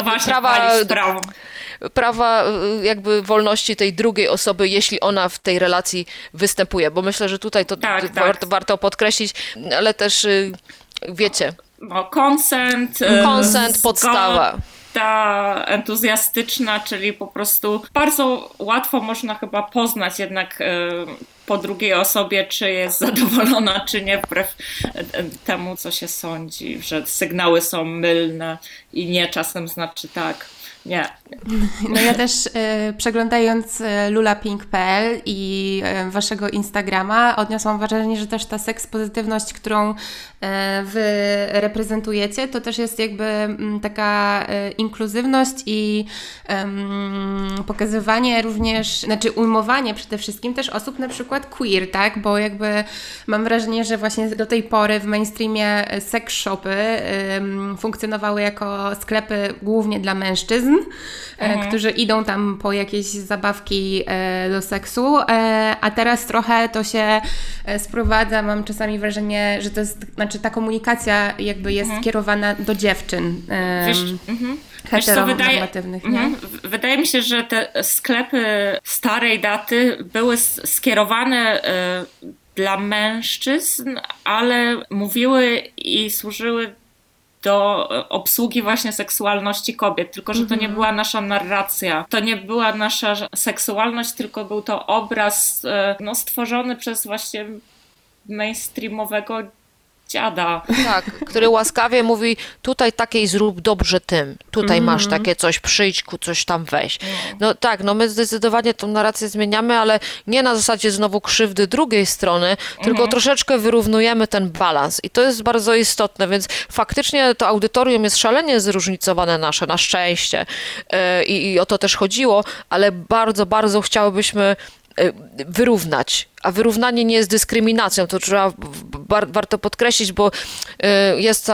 prawa jakby wolności tej drugiej osoby, jeśli ona w tej relacji występuje, bo myślę, że tutaj to warto podkreślić, ale też wiecie. No, consent, podstawa. Ta entuzjastyczna, czyli po prostu bardzo łatwo można chyba poznać jednak po drugiej osobie, czy jest zadowolona, czy nie, wbrew temu, co się sądzi, że sygnały są mylne i nie czasem znaczy tak. Nie. No ja też przeglądając lulapink.pl i waszego Instagrama odniosłam wrażenie, że też ta sekspozytywność, którą wy reprezentujecie, to też jest jakby taka inkluzywność i pokazywanie również, znaczy ujmowanie przede wszystkim też osób na przykład queer, tak? Bo jakby mam wrażenie, że właśnie do tej pory w mainstreamie sex shopy funkcjonowały jako sklepy głównie dla mężczyzn, którzy idą tam po jakieś zabawki do seksu, a teraz trochę to się sprowadza, mam czasami wrażenie, że to jest, znaczy ta komunikacja jakby jest skierowana do dziewczyn heteronormatywnych. Wydaje mi się, że te sklepy starej daty były skierowane dla mężczyzn, ale mówiły i służyły do obsługi właśnie seksualności kobiet, tylko że to nie była nasza narracja, to nie była nasza seksualność, tylko był to obraz stworzony przez właśnie mainstreamowego dziada. Tak, który łaskawie mówi, tutaj takiej zrób dobrze tym, tutaj masz takie coś, przyjdź, coś tam weź. No tak, no my zdecydowanie tą narrację zmieniamy, ale nie na zasadzie znowu krzywdy drugiej strony, tylko troszeczkę wyrównujemy ten balans i to jest bardzo istotne, więc faktycznie to audytorium jest szalenie zróżnicowane nasze, na szczęście i o to też chodziło, ale bardzo, bardzo chciałybyśmy wyrównać, a wyrównanie nie jest dyskryminacją, to trzeba warto podkreślić, bo jest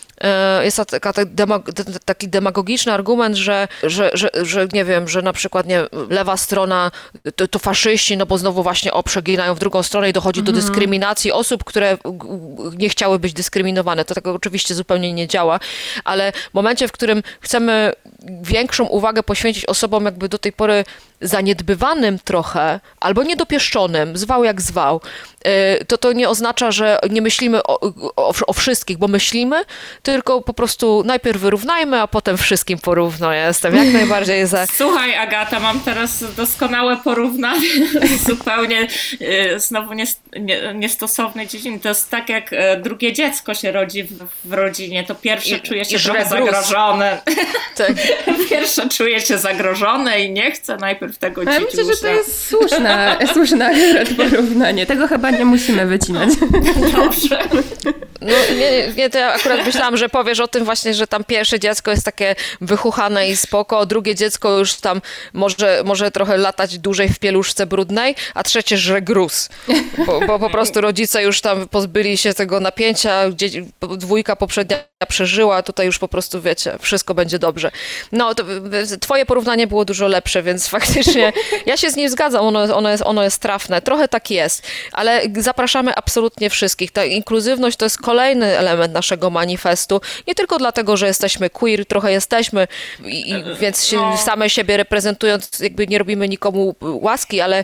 taki demagogiczny argument, że nie wiem, że na przykład lewa strona to faszyści, no bo znowu właśnie przeginają w drugą stronę i dochodzi do dyskryminacji osób, które nie chciały być dyskryminowane. To tak oczywiście zupełnie nie działa, ale w momencie, w którym chcemy większą uwagę poświęcić osobom jakby do tej pory zaniedbywanym trochę, albo niedopieszczonym, zwał jak zwał, to nie oznacza, że nie myślimy o wszystkich, bo myślimy, tylko po prostu najpierw wyrównajmy, a potem wszystkim porówno. Ja jestem jak najbardziej za... Słuchaj, Agata, mam teraz doskonałe porównanie, zupełnie znowu niestosownej dziedziny. To jest tak, jak drugie dziecko się rodzi w rodzinie, to pierwsze czuje się trochę zagrożone. Tak. Pierwsze czuje się zagrożone i nie chce, najpierw w tego Ale myślę, że to dzidziusia. jest słuszne akurat porównanie. Tego chyba nie musimy wycinać. Dobrze. No nie, to ja akurat myślałam, że powiesz o tym właśnie, że tam pierwsze dziecko jest takie wychuchane i spoko, drugie dziecko już tam może trochę latać dłużej w pieluszce brudnej, a trzecie żre gruz. Bo po prostu rodzice już tam pozbyli się tego napięcia, dwójka poprzednia przeżyła, tutaj już po prostu wiecie, wszystko będzie dobrze. No, to twoje porównanie było dużo lepsze, więc faktycznie ja się z nim zgadzam, ono jest trafne. Trochę tak jest, ale zapraszamy absolutnie wszystkich. Ta inkluzywność to jest kolejny element naszego manifestu. Nie tylko dlatego, że jesteśmy queer, trochę jesteśmy, więc same siebie reprezentując, jakby nie robimy nikomu łaski, ale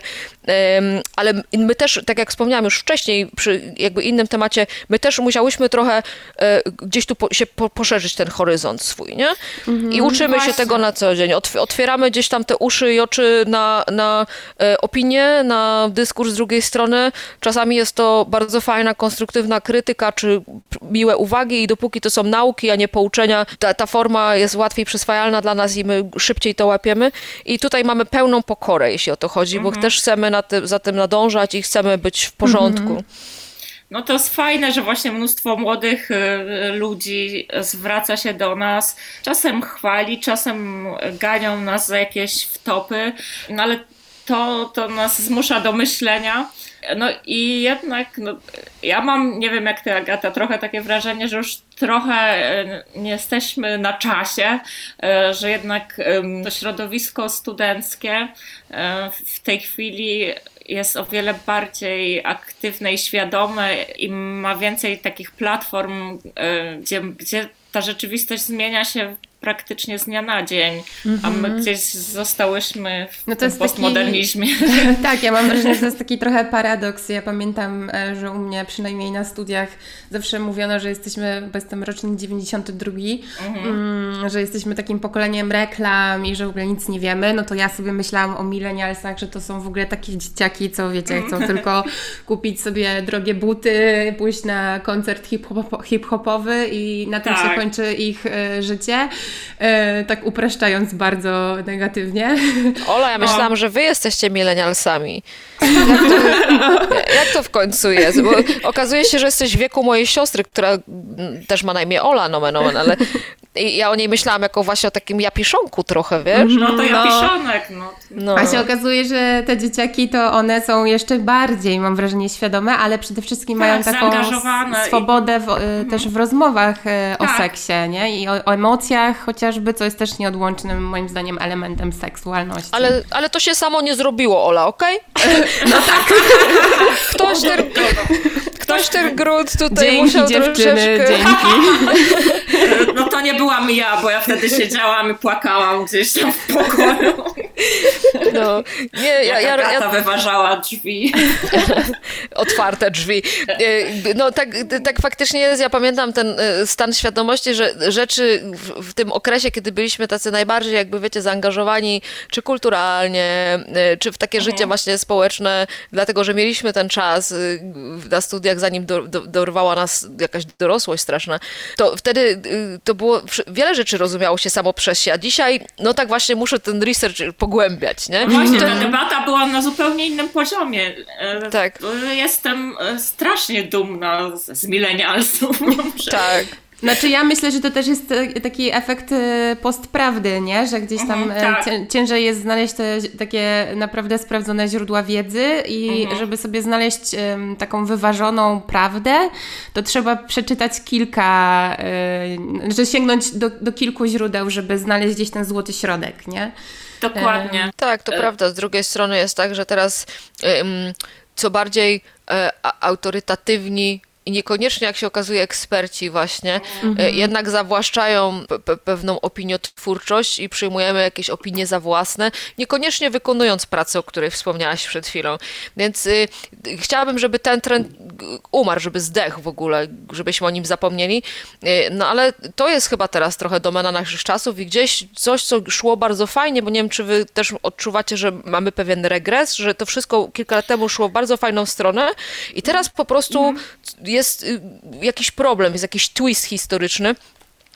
my też, tak jak wspomniałam już wcześniej, przy jakby innym temacie, my też musiałyśmy trochę gdzieś tu poszerzyć ten horyzont swój, nie? I uczymy się tego na co dzień. Otwieramy gdzieś tam te uszy i oczy na opinie, na dyskurs z drugiej strony. Czasami jest to bardzo fajna, konstruktywna krytyka, czy miłe uwagi i dopóki to są nauki, a nie pouczenia, ta forma jest łatwiej przyswajalna dla nas i my szybciej to łapiemy. I tutaj mamy pełną pokorę, jeśli o to chodzi, bo też chcemy za tym nadążać i chcemy być w porządku. No to jest fajne, że właśnie mnóstwo młodych ludzi zwraca się do nas, czasem chwali, czasem ganią nas za jakieś wtopy, no ale to nas zmusza do myślenia. No i jednak ja mam, nie wiem jak ty, Agata, trochę takie wrażenie, że już trochę nie jesteśmy na czasie, że jednak to środowisko studenckie w tej chwili jest o wiele bardziej aktywne i świadome i ma więcej takich platform, gdzie ta rzeczywistość zmienia się praktycznie z dnia na dzień, a my gdzieś zostałyśmy w tym postmodernizmie. Tak, ja mam wrażenie, że to jest taki trochę paradoks. Ja pamiętam, że u mnie przynajmniej na studiach zawsze mówiono, że jesteśmy, bo jestem rocznik 92, że jesteśmy takim pokoleniem reklam i że w ogóle nic nie wiemy. No to ja sobie myślałam o millennialsach, że to są w ogóle takie dzieciaki, co wiecie, chcą tylko kupić sobie drogie buty, pójść na koncert hip-hopowy i na tym się kończy ich życie. Tak upraszczając bardzo negatywnie. Ola, ja myślałam, że wy jesteście milenialsami. Jak to w końcu jest? Bo okazuje się, że jesteś w wieku mojej siostry, która też ma na imię Ola, nomen omen, ale ja o niej myślałam jako właśnie o takim japiszonku trochę, wiesz? No to japiszonek, no. A się okazuje, że te dzieciaki to one są jeszcze bardziej, mam wrażenie, świadome, ale przede wszystkim mają taką swobodę też w rozmowach o seksie, nie? I o emocjach chociażby, co jest też nieodłącznym moim zdaniem elementem seksualności. Ale to się samo nie zrobiło, Ola, okej? No tak. Ktoś ten gród tutaj dzięki, musiał dziewczyny, troszeczkę... Dzięki. No to nie byłam ja, bo ja wtedy siedziałam i płakałam gdzieś tam w pokoju. No, nie, ja wyważała drzwi. Otwarte drzwi. No tak faktycznie jest. Ja pamiętam ten stan świadomości, że rzeczy w tym okresie, kiedy byliśmy tacy najbardziej, jakby wiecie, zaangażowani, czy kulturalnie, czy w takie życie właśnie społeczne, dlatego, że mieliśmy ten czas na studiach, zanim dorwała nas jakaś dorosłość straszna, to wtedy to było, wiele rzeczy rozumiało się samo przez się, a dzisiaj, no tak właśnie muszę ten research pogłębiać, nie? Właśnie, ta debata była na zupełnie innym poziomie. Tak. Jestem strasznie dumna z milenialsów. Tak. Znaczy ja myślę, że to też jest taki efekt postprawdy, nie? Że gdzieś tam ciężej jest znaleźć te takie naprawdę sprawdzone źródła wiedzy i żeby sobie znaleźć taką wyważoną prawdę, to trzeba przeczytać kilka, że sięgnąć do kilku źródeł, żeby znaleźć gdzieś ten złoty środek, nie? Dokładnie. Tak, to prawda. Z drugiej strony jest tak, że teraz co bardziej autorytatywni i niekoniecznie, jak się okazuje, eksperci właśnie, jednak zawłaszczają pewną opiniotwórczość i przyjmujemy jakieś opinie za własne, niekoniecznie wykonując pracę, o której wspomniałaś przed chwilą. Więc chciałabym, żeby ten trend umarł, żeby zdechł w ogóle, żebyśmy o nim zapomnieli. No ale to jest chyba teraz trochę domena naszych czasów i gdzieś coś, co szło bardzo fajnie, bo nie wiem, czy wy też odczuwacie, że mamy pewien regres, że to wszystko kilka lat temu szło w bardzo fajną stronę i teraz po prostu jest jakiś problem, jest jakiś twist historyczny.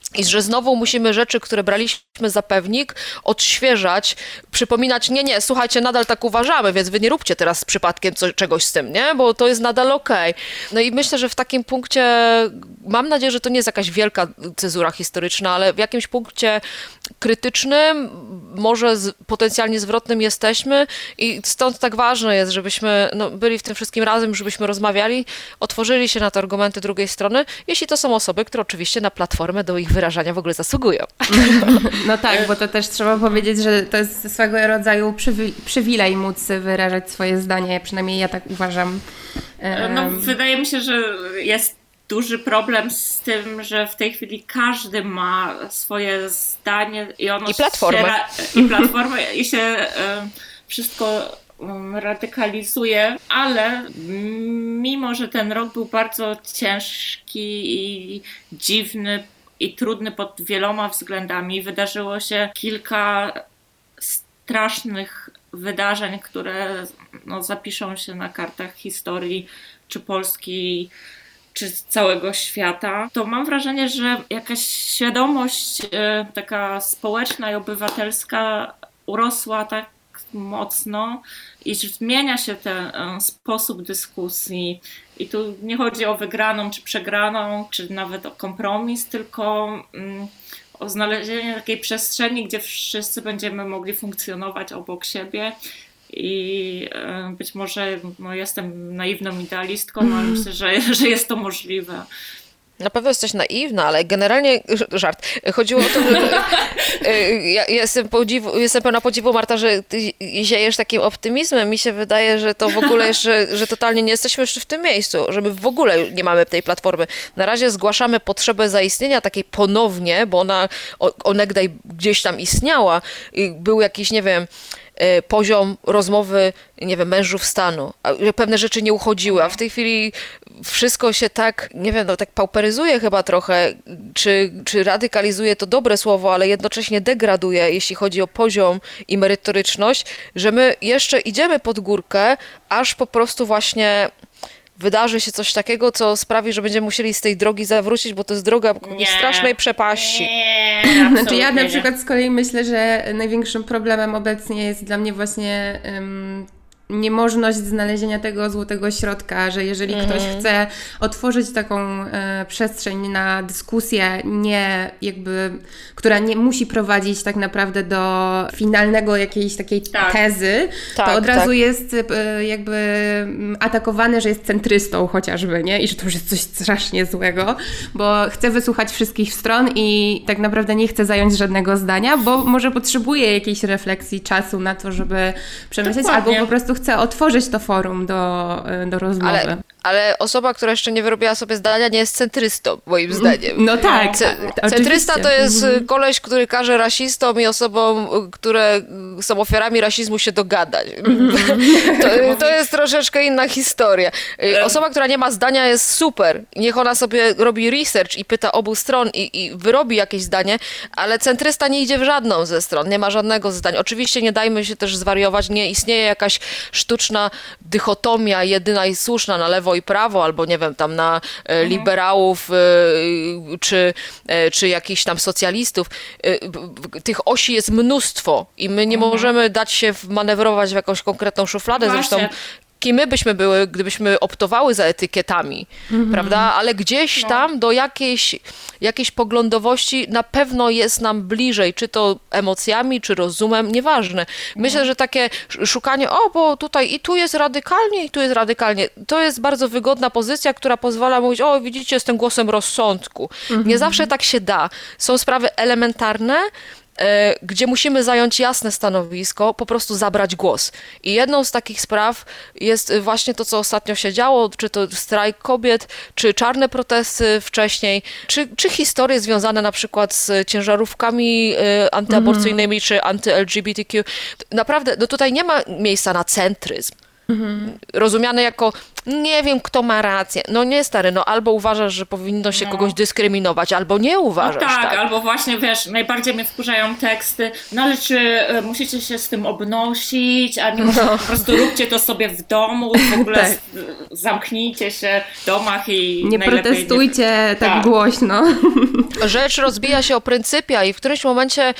I że znowu musimy rzeczy, które braliśmy za pewnik, odświeżać, przypominać, nie, słuchajcie, nadal tak uważamy, więc wy nie róbcie teraz przypadkiem czegoś z tym, nie? Bo to jest nadal okej. No i myślę, że w takim punkcie, mam nadzieję, że to nie jest jakaś wielka cezura historyczna, ale w jakimś punkcie krytycznym, może potencjalnie zwrotnym jesteśmy i stąd tak ważne jest, żebyśmy byli w tym wszystkim razem, żebyśmy rozmawiali, otworzyli się na te argumenty drugiej strony, jeśli to są osoby, które oczywiście na platformę do ich wyrażania w ogóle zasługują. No tak, bo to też trzeba powiedzieć, że to jest swego rodzaju przywilej móc wyrażać swoje zdanie, przynajmniej ja tak uważam. No, wydaje mi się, że jest duży problem z tym, że w tej chwili każdy ma swoje zdanie i ono I platformę. I się wszystko radykalizuje, ale mimo, że ten rok był bardzo ciężki i dziwny i trudny pod wieloma względami, wydarzyło się kilka strasznych wydarzeń, które zapiszą się na kartach historii czy Polski, czy całego świata, to mam wrażenie, że jakaś świadomość taka społeczna i obywatelska urosła tak mocno i zmienia się ten sposób dyskusji. I tu nie chodzi o wygraną czy przegraną, czy nawet o kompromis, tylko o znalezienie takiej przestrzeni, gdzie wszyscy będziemy mogli funkcjonować obok siebie. I być może jestem naiwną idealistką, ale myślę, że jest to możliwe. Na pewno jesteś naiwna, ale generalnie, żart, chodziło o to, że ja jestem pełna podziwu, Marta, że ty ziejesz takim optymizmem. Mi się wydaje, że to w ogóle jeszcze, że totalnie nie jesteśmy jeszcze w tym miejscu, że my w ogóle nie mamy tej platformy. Na razie zgłaszamy potrzebę zaistnienia takiej ponownie, bo ona onegdaj gdzieś tam istniała. Był jakiś, nie wiem, poziom rozmowy, nie wiem, mężów stanu, że pewne rzeczy nie uchodziły, a w tej chwili wszystko się tak, nie wiem, tak pauperyzuje chyba trochę, czy radykalizuje to dobre słowo, ale jednocześnie degraduje, jeśli chodzi o poziom i merytoryczność, że my jeszcze idziemy pod górkę, aż po prostu właśnie wydarzy się coś takiego, co sprawi, że będziemy musieli z tej drogi zawrócić, bo to jest droga strasznej przepaści. Znaczy ja na przykład z kolei myślę, że największym problemem obecnie jest dla mnie właśnie niemożność znalezienia tego złotego środka, że jeżeli ktoś chce otworzyć taką przestrzeń na dyskusję, która nie musi prowadzić tak naprawdę do finalnego jakiejś takiej tezy, to od razu jest jakby atakowany, że jest centrystą chociażby, nie? I że to już jest coś strasznie złego, bo chce wysłuchać wszystkich stron i tak naprawdę nie chce zająć żadnego zdania, bo może potrzebuje jakiejś refleksji, czasu na to, żeby przemyśleć, albo po prostu chce otworzyć to forum do rozmowy. Ale osoba, która jeszcze nie wyrobiła sobie zdania, nie jest centrystą, moim zdaniem. No tak. Centrysta to jest koleś, który każe rasistom i osobom, które są ofiarami rasizmu, się dogadać. To jest troszeczkę inna historia. Osoba, która nie ma zdania, jest super. Niech ona sobie robi research i pyta obu stron i wyrobi jakieś zdanie, ale centrysta nie idzie w żadną ze stron, nie ma żadnego zdania. Oczywiście nie dajmy się też zwariować, nie istnieje jakaś sztuczna dychotomia, jedyna i słuszna na lewo i prawo, albo nie wiem, tam na liberałów czy jakichś tam socjalistów. Tych osi jest mnóstwo i my nie możemy dać się manewrować w jakąś konkretną szufladę. Zresztą kim my byśmy były, gdybyśmy optowały za etykietami, prawda? Ale gdzieś tam do jakiejś poglądowości na pewno jest nam bliżej, czy to emocjami, czy rozumem, nieważne. Myślę, że takie szukanie, bo tutaj i tu jest radykalnie, i tu jest radykalnie, to jest bardzo wygodna pozycja, która pozwala mówić, widzicie, jestem głosem rozsądku. Nie zawsze tak się da. Są sprawy elementarne, gdzie musimy zająć jasne stanowisko, po prostu zabrać głos. I jedną z takich spraw jest właśnie to, co ostatnio się działo, czy to strajk kobiet, czy czarne protesty wcześniej, czy historie związane na przykład z ciężarówkami antyaborcyjnymi, czy anty-LGBTQ. Naprawdę, tutaj nie ma miejsca na centryzm. Rozumiane jako nie wiem, kto ma rację. No nie, stary, no albo uważasz, że powinno się kogoś dyskryminować, albo nie uważasz. No tak, albo właśnie, wiesz, najbardziej mnie wkurzają teksty, no ale czy musicie się z tym obnosić, a nie po prostu róbcie to sobie w domu, w ogóle zamknijcie się w domach i nie protestujcie tak głośno. Rzecz rozbija się o pryncypia i w którymś momencie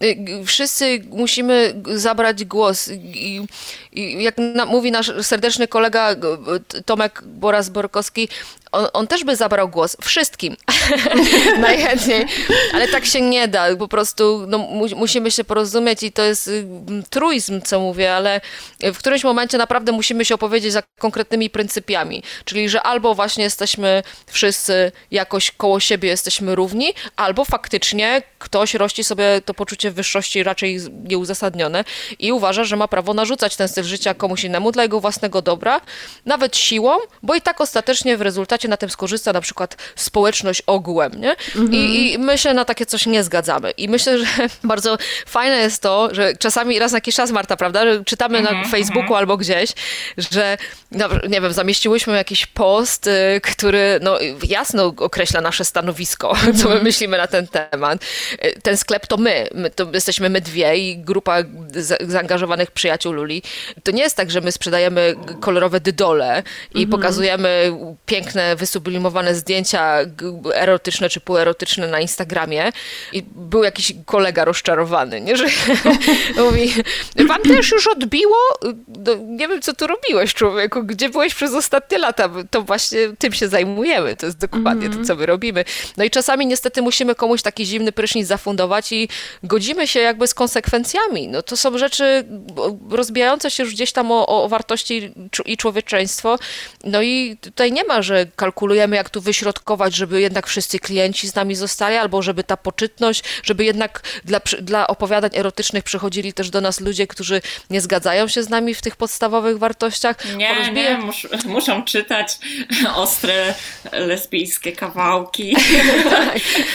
wszyscy musimy zabrać głos. I jak mówi nasz serdeczny kolega Tomek Boras-Borkowski, on też by zabrał głos wszystkim najchętniej, ale tak się nie da. Po prostu musimy się porozumieć i to jest truizm, co mówię, ale w którymś momencie naprawdę musimy się opowiedzieć za konkretnymi pryncypiami. Czyli, że albo właśnie jesteśmy wszyscy jakoś koło siebie jesteśmy równi, albo faktycznie ktoś rości sobie to poczucie wyższości raczej nieuzasadnione i uważa, że ma prawo narzucać ten styl życia komuś innemu dla jego własnego dobra, nawet siłą, bo i tak ostatecznie w rezultacie na tym skorzysta na przykład społeczność ogółem, nie? I my się na takie coś nie zgadzamy. I myślę, że bardzo fajne jest to, że czasami raz na jakiś czas, Marta, prawda, że czytamy na Facebooku albo gdzieś, że nie wiem, zamieściłyśmy jakiś post, który jasno określa nasze stanowisko, co my myślimy na ten temat. Ten sklep to to jesteśmy my dwie i grupa zaangażowanych przyjaciół Luli. To nie jest tak, że my sprzedajemy kolorowe dydole i pokazujemy piękne, wysublimowane zdjęcia erotyczne czy półerotyczne na Instagramie i był jakiś kolega rozczarowany, nie? Że mówi, wam też już odbiło? Nie wiem, co tu robiłeś, człowieku, gdzie byłeś przez ostatnie lata? To właśnie tym się zajmujemy, to jest dokładnie to, co my robimy. No i czasami niestety musimy komuś taki zimny prysznic zafundować i godzimy się jakby z konsekwencjami. No to są rzeczy rozbijające się już gdzieś tam o wartości i człowieczeństwo. No i tutaj nie ma, że kalkulujemy, jak tu wyśrodkować, żeby jednak wszyscy klienci z nami zostali, albo żeby ta poczytność, żeby jednak dla opowiadań erotycznych przychodzili też do nas ludzie, którzy nie zgadzają się z nami w tych podstawowych wartościach. Nie, muszą czytać ostre, lesbijskie kawałki. Tak.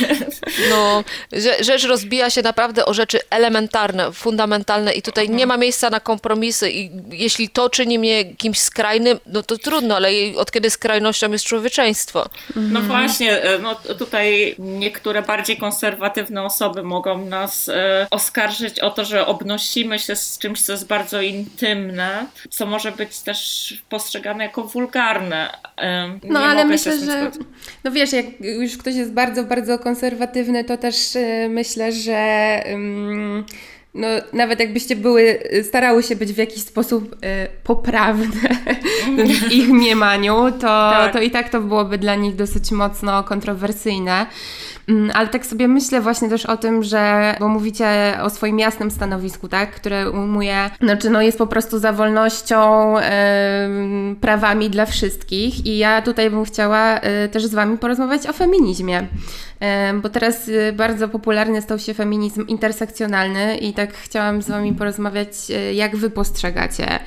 No, rzecz rozbija się naprawdę o rzeczy elementarne, fundamentalne i tutaj nie ma miejsca na kompromisy i jeśli to czyni mnie kimś skrajnym, no to trudno, ale od kiedy skrajnością jest człowieczeństwo. No właśnie, tutaj niektóre bardziej konserwatywne osoby mogą nas oskarżyć o to, że obnosimy się z czymś, co jest bardzo intymne, co może być też postrzegane jako wulgarne. Ale myślę, że wiesz, jak już ktoś jest bardzo, bardzo konserwatywny, to też myślę, że nawet jakbyście starały się być w jakiś sposób poprawne w ich mniemaniu, to i tak to byłoby dla nich dosyć mocno kontrowersyjne. Ale tak sobie myślę właśnie też o tym, bo mówicie o swoim jasnym stanowisku, tak, które ujmuje, jest po prostu za wolnością, prawami dla wszystkich i ja tutaj bym chciała też z Wami porozmawiać o feminizmie, bo teraz bardzo popularny stał się feminizm intersekcjonalny i tak chciałam z Wami porozmawiać, jak Wy postrzegacie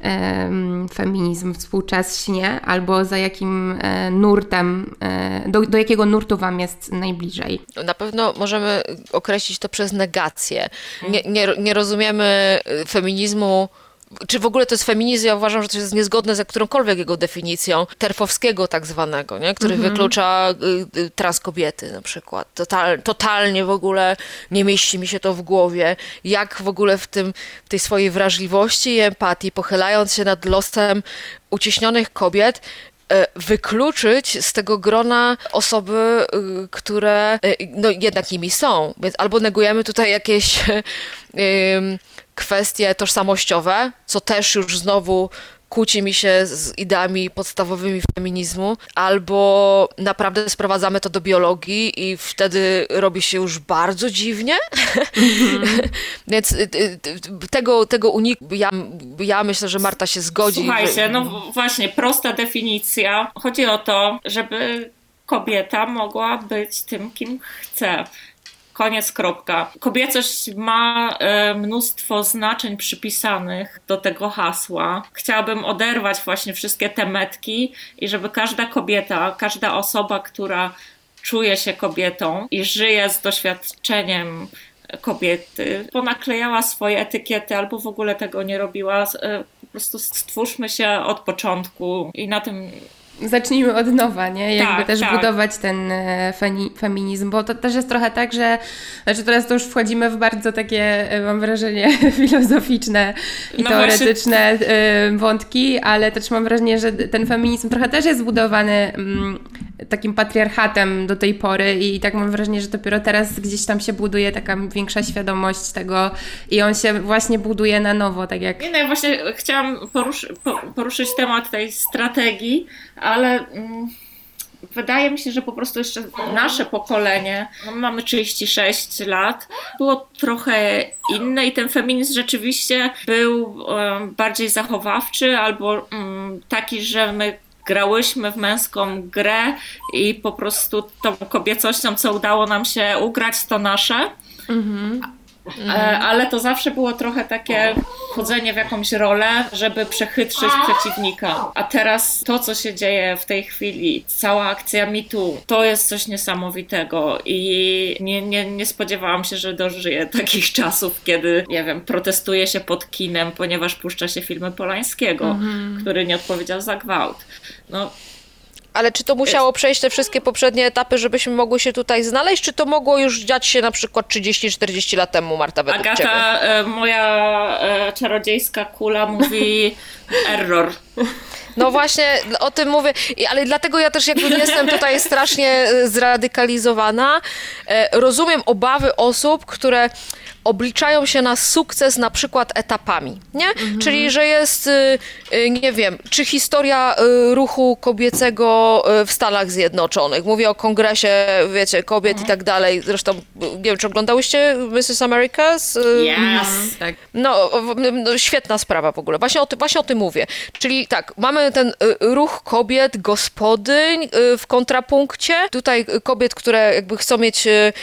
feminizm współcześnie, albo za jakim nurtem, do jakiego nurtu Wam jest najbliżej? Na pewno możemy określić to przez negację. Nie rozumiemy feminizmu, czy w ogóle to jest feminizm, ja uważam, że to jest niezgodne z którąkolwiek jego definicją, Terfowskiego tak zwanego, nie? Który wyklucza trans kobiety na przykład. Totalnie w ogóle nie mieści mi się to w głowie, jak w ogóle w tej swojej wrażliwości i empatii, pochylając się nad losem uciśnionych kobiet, wykluczyć z tego grona osoby, które jednak nimi są. Więc albo negujemy tutaj jakieś kwestie tożsamościowe, co też już znowu kłóci mi się z ideami podstawowymi feminizmu, albo naprawdę sprowadzamy to do biologii i wtedy robi się już bardzo dziwnie. Więc tego ja myślę, że Marta się zgodzi. Słuchajcie, właśnie, prosta definicja. Chodzi o to, żeby kobieta mogła być tym, kim chce. Koniec, kropka. Kobiecość ma mnóstwo znaczeń przypisanych do tego hasła. Chciałabym oderwać właśnie wszystkie te metki i żeby każda kobieta, każda osoba, która czuje się kobietą i żyje z doświadczeniem kobiety, ponaklejała swoje etykiety albo w ogóle tego nie robiła, prostu stwórzmy się od początku i na tym... Zacznijmy od nowa, nie? Jakby też tak. budować ten feminizm, bo to też jest trochę tak, że znaczy teraz to już wchodzimy w bardzo takie, mam wrażenie, filozoficzne i teoretyczne wątki, ale też mam wrażenie, że ten feminizm trochę też jest zbudowany takim patriarchatem do tej pory i tak mam wrażenie, że dopiero teraz gdzieś tam się buduje taka większa świadomość tego i on się właśnie buduje na nowo, tak jak... Nie, no ja właśnie chciałam poruszyć temat tej strategii, ale wydaje mi się, że po prostu jeszcze nasze pokolenie, mamy 36 lat, było trochę inne i ten feminizm rzeczywiście był bardziej zachowawczy albo taki, że my grałyśmy w męską grę i po prostu tą kobiecością, co udało nam się ugrać, to nasze. Ale to zawsze było trochę takie wchodzenie w jakąś rolę, żeby przechytrzyć przeciwnika. A teraz to, co się dzieje w tej chwili, cała akcja MeToo, to jest coś niesamowitego i nie spodziewałam się, że dożyję takich czasów, kiedy, nie wiem, protestuje się pod kinem, ponieważ puszcza się filmy Polańskiego, który nie odpowiedział za gwałt. No, ale czy to musiało przejść te wszystkie poprzednie etapy, żebyśmy mogły się tutaj znaleźć, czy to mogło już dziać się na przykład 30-40 lat temu, Marta, według ciebie? Agata, moja czarodziejska kula mówi error. No właśnie, o tym mówię, ale dlatego ja też jakby nie jestem tutaj strasznie zradykalizowana. Rozumiem obawy osób, które obliczają się na sukces na przykład etapami, nie? Czyli, że jest, nie wiem, czy historia ruchu kobiecego w Stanach Zjednoczonych. Mówię o kongresie, wiecie, kobiet i tak dalej. Zresztą, nie wiem, czy oglądałyście Mrs. America? Tak. No, świetna sprawa w ogóle. Właśnie o tym mówię. Czyli tak, mamy ten ruch kobiet, gospodyń w kontrapunkcie. Tutaj kobiet, które jakby chcą mieć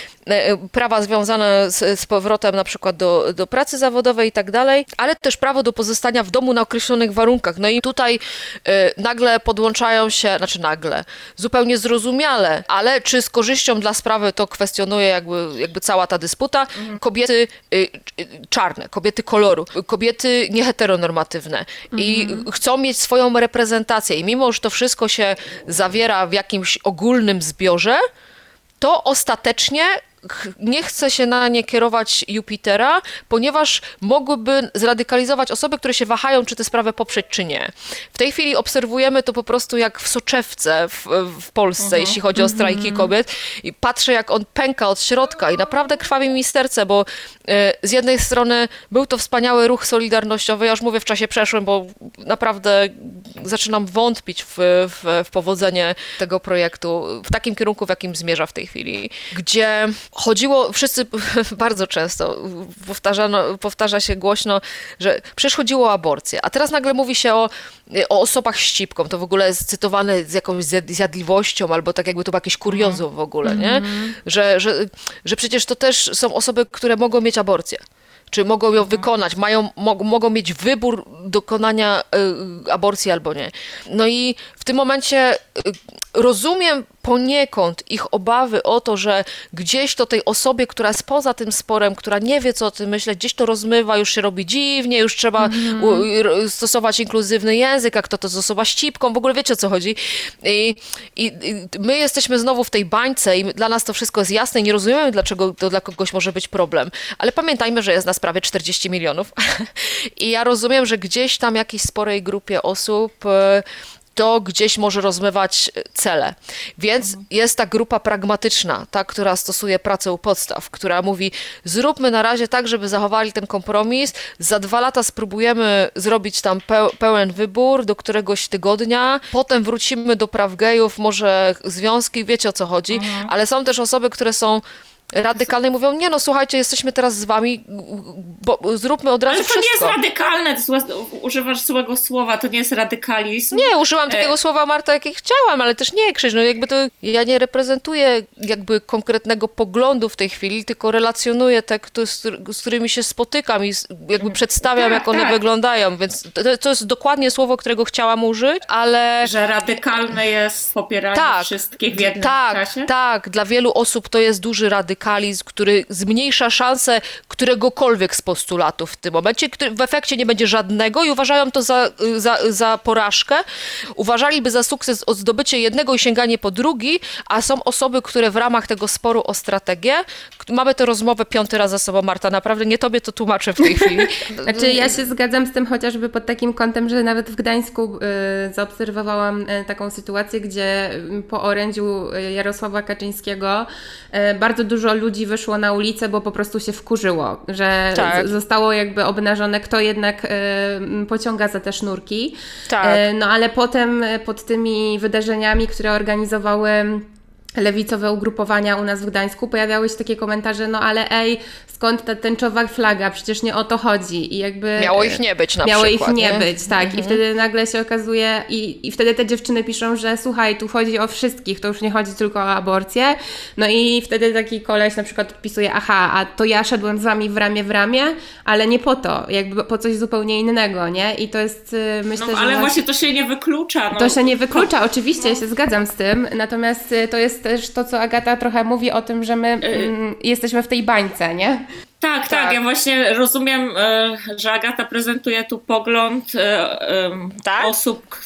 prawa związane z powrotem na przykład do pracy zawodowej i tak dalej, ale też prawo do pozostania w domu na określonych warunkach. No i tutaj nagle podłączają się, znaczy nagle, zupełnie zrozumiale, ale czy z korzyścią dla sprawy, to kwestionuje jakby cała ta dysputa, kobiety czarne, kobiety koloru, kobiety nieheteronormatywne i chcą mieć swoją reprezentację i mimo, że to wszystko się zawiera w jakimś ogólnym zbiorze, to ostatecznie nie chce się na nie kierować Jupitera, ponieważ mogłyby zradykalizować osoby, które się wahają, czy tę sprawę poprzeć, czy nie. W tej chwili obserwujemy to po prostu jak w soczewce w Polsce, jeśli chodzi o strajki kobiet. I patrzę, jak on pęka od środka i naprawdę krwawi mi serce, bo z jednej strony był to wspaniały ruch solidarnościowy, ja już mówię w czasie przeszłym, bo naprawdę zaczynam wątpić w powodzenie tego projektu w takim kierunku, w jakim zmierza w tej chwili, gdzie chodziło, wszyscy bardzo często powtarza się głośno, że przecież chodziło o aborcję, a teraz nagle mówi się o osobach ścipką, to w ogóle jest cytowane z jakąś zjadliwością, albo tak jakby to było jakieś kuriozum w ogóle, nie? Że przecież to też są osoby, które mogą mieć aborcję. Czy mogą ją wykonać, mogą mieć wybór dokonania aborcji albo nie. No i w tym momencie rozumiem poniekąd ich obawy o to, że gdzieś to tej osobie, która jest poza tym sporem, która nie wie, co o tym myśleć, gdzieś to rozmywa, już się robi dziwnie, już trzeba stosować inkluzywny język, jak to z osoba ścipką, w ogóle wiecie, o co chodzi. I my jesteśmy znowu w tej bańce i dla nas to wszystko jest jasne i nie rozumiemy, dlaczego to dla kogoś może być problem. Ale pamiętajmy, że jest nas prawie 40 milionów i ja rozumiem, że gdzieś tam jakiejś sporej grupie osób to gdzieś może rozmywać cele. Więc jest ta grupa pragmatyczna, ta, która stosuje pracę u podstaw, która mówi, zróbmy na razie tak, żeby zachowali ten kompromis, za 2 lata spróbujemy zrobić tam pełen wybór do któregoś tygodnia, potem wrócimy do praw gejów, może związki, wiecie, o co chodzi, ale są też osoby, które są radykalne i mówią, nie no, słuchajcie, jesteśmy teraz z wami, bo zróbmy od razu wszystko. Ale to nie jest radykalne, używasz złego słowa, to nie jest radykalizm. Nie, użyłam takiego słowa, Marta, jakie chciałam, ale też nie krzyż, no jakby to ja nie reprezentuję jakby konkretnego poglądu w tej chwili, tylko relacjonuję te, z którymi się spotykam i jakby przedstawiam, jak one wyglądają, więc to jest dokładnie słowo, którego chciałam użyć, ale... Że radykalne jest popieranie wszystkich w jednym czasie? Tak, dla wielu osób to jest duży radykalizm, radykalizm, który zmniejsza szanse któregokolwiek z postulatów w tym momencie, który w efekcie nie będzie żadnego i uważają to za porażkę. Uważaliby za sukces zdobycie jednego i sięganie po drugi, a są osoby, które w ramach tego sporu o strategię, mamy tę rozmowę 5. raz za sobą, Marta, naprawdę nie tobie to tłumaczę w tej chwili. Znaczy ja się zgadzam z tym chociażby pod takim kątem, że nawet w Gdańsku zaobserwowałam taką sytuację, gdzie po orędziu Jarosława Kaczyńskiego bardzo dużo ludzi wyszło na ulicę, bo po prostu się wkurzyło, że zostało jakby obnażone, kto jednak pociąga za te sznurki. Tak. No ale potem pod tymi wydarzeniami, które organizowały lewicowe ugrupowania u nas w Gdańsku, pojawiały się takie komentarze, no ale skąd ta tęczowa flaga? Przecież nie o to chodzi. I jakby miało ich nie być na przykład. Miało ich nie być, tak. I wtedy nagle się okazuje, i wtedy te dziewczyny piszą, że słuchaj, tu chodzi o wszystkich, to już nie chodzi tylko o aborcję. No i wtedy taki koleś na przykład odpisuje, aha, a to ja szedłem z wami w ramię, ale nie po to, jakby po coś zupełnie innego, nie? I to jest, myślę, że... Ale właśnie to się nie wyklucza. To się nie wyklucza, oczywiście, ja się zgadzam z tym, natomiast to jest też to, co Agata trochę mówi o tym, że my jesteśmy w tej bańce, nie? Tak, ja właśnie rozumiem, że Agata prezentuje tu pogląd osób,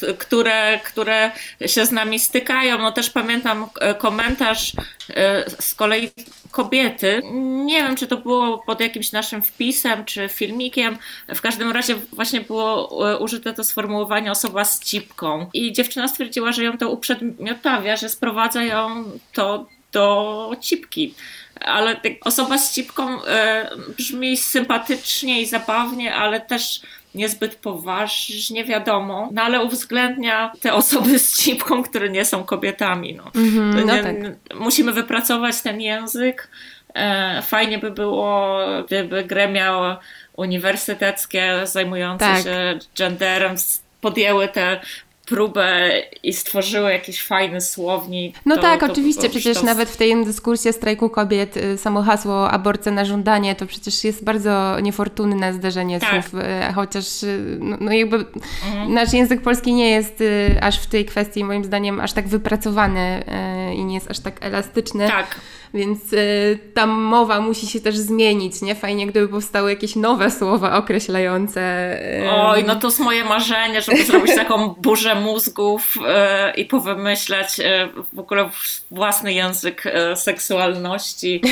które się z nami stykają. No też pamiętam komentarz z kolei kobiety. Nie wiem, czy to było pod jakimś naszym wpisem, czy filmikiem. W każdym razie właśnie było użyte to sformułowanie osoba z cipką. I dziewczyna stwierdziła, że ją to uprzedmiotawia, że sprowadza ją to do cipki. Ale osoba z cipką brzmi sympatycznie i zabawnie, ale też niezbyt poważnie, wiadomo. No ale uwzględnia te osoby z cipką, które nie są kobietami. Tak. Musimy wypracować ten język. Fajnie by było, gdyby gremia uniwersyteckie zajmujące się genderem podjęły tę próbę i stworzyły jakiś fajny słownik. No tak, oczywiście, przecież nawet w tej dyskursie strajku kobiet samo hasło aborcja na żądanie to przecież jest bardzo niefortunne zderzenie słów, chociaż no jakby nasz język polski nie jest aż w tej kwestii moim zdaniem aż tak wypracowany i nie jest aż tak elastyczny. Tak. Więc ta mowa musi się też zmienić, nie? Fajnie, gdyby powstały jakieś nowe słowa określające. Oj, no to jest moje marzenie, żeby zrobić taką burzę mózgów i powymyślać w ogóle własny język seksualności.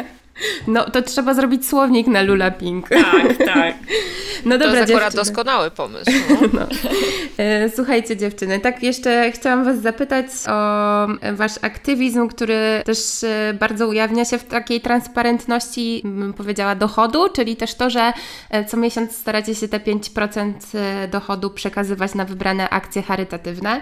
No, to trzeba zrobić słownik na Lula Pink. Tak. No dobra, to jest akurat dziewczyny. doskonały pomysł. No. Słuchajcie, dziewczyny, tak jeszcze chciałam was zapytać o wasz aktywizm, który też bardzo ujawnia się w takiej transparentności, bym powiedziała, dochodu, czyli też to, że co miesiąc staracie się te 5% dochodu przekazywać na wybrane akcje charytatywne.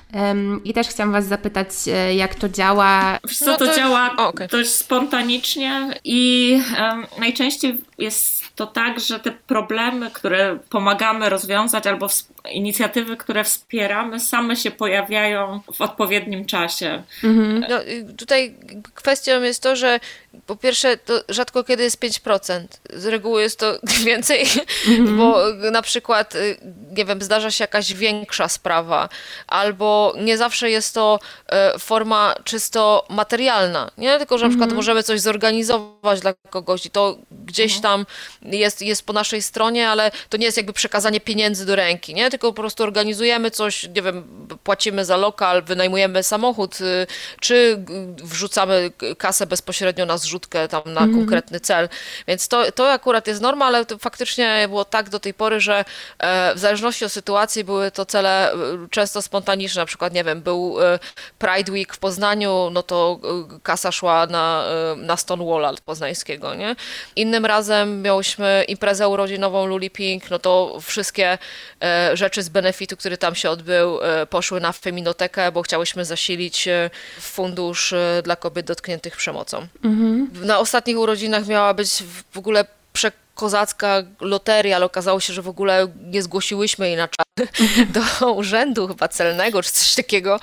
I też chciałam was zapytać, jak to działa. Wiesz co, to działa dość spontanicznie i najczęściej jest to tak, że te problemy, które pomagamy rozwiązać albo inicjatywy, które wspieramy, same się pojawiają w odpowiednim czasie. No, tutaj kwestią jest to, że po pierwsze to rzadko kiedy jest 5%. Z reguły jest to więcej, bo na przykład, nie wiem, zdarza się jakaś większa sprawa, albo nie zawsze jest to forma czysto materialna, nie? Tylko, że na przykład możemy coś zorganizować dla kogoś i to gdzieś tam jest po naszej stronie, ale to nie jest jakby przekazanie pieniędzy do ręki, nie? Tylko po prostu organizujemy coś, nie wiem, płacimy za lokal, wynajmujemy samochód, czy wrzucamy kasę bezpośrednio na zrzutkę tam na konkretny cel. Więc to akurat jest norma, ale to faktycznie było tak do tej pory, że w zależności od sytuacji były to cele często spontaniczne. Na przykład, nie wiem, był Pride Week w Poznaniu, no to kasa szła na Stonewalla poznańskiego, nie? Innym razem miałyśmy imprezę urodzinową Luli Pink, no to wszystkie rzeczy z benefitu, który tam się odbył, poszły na feminotekę, bo chciałyśmy zasilić fundusz dla kobiet dotkniętych przemocą. Na ostatnich urodzinach miała być w ogóle kozacka loteria, ale okazało się, że w ogóle nie zgłosiłyśmy jej na czas do urzędu chyba celnego, czy coś takiego.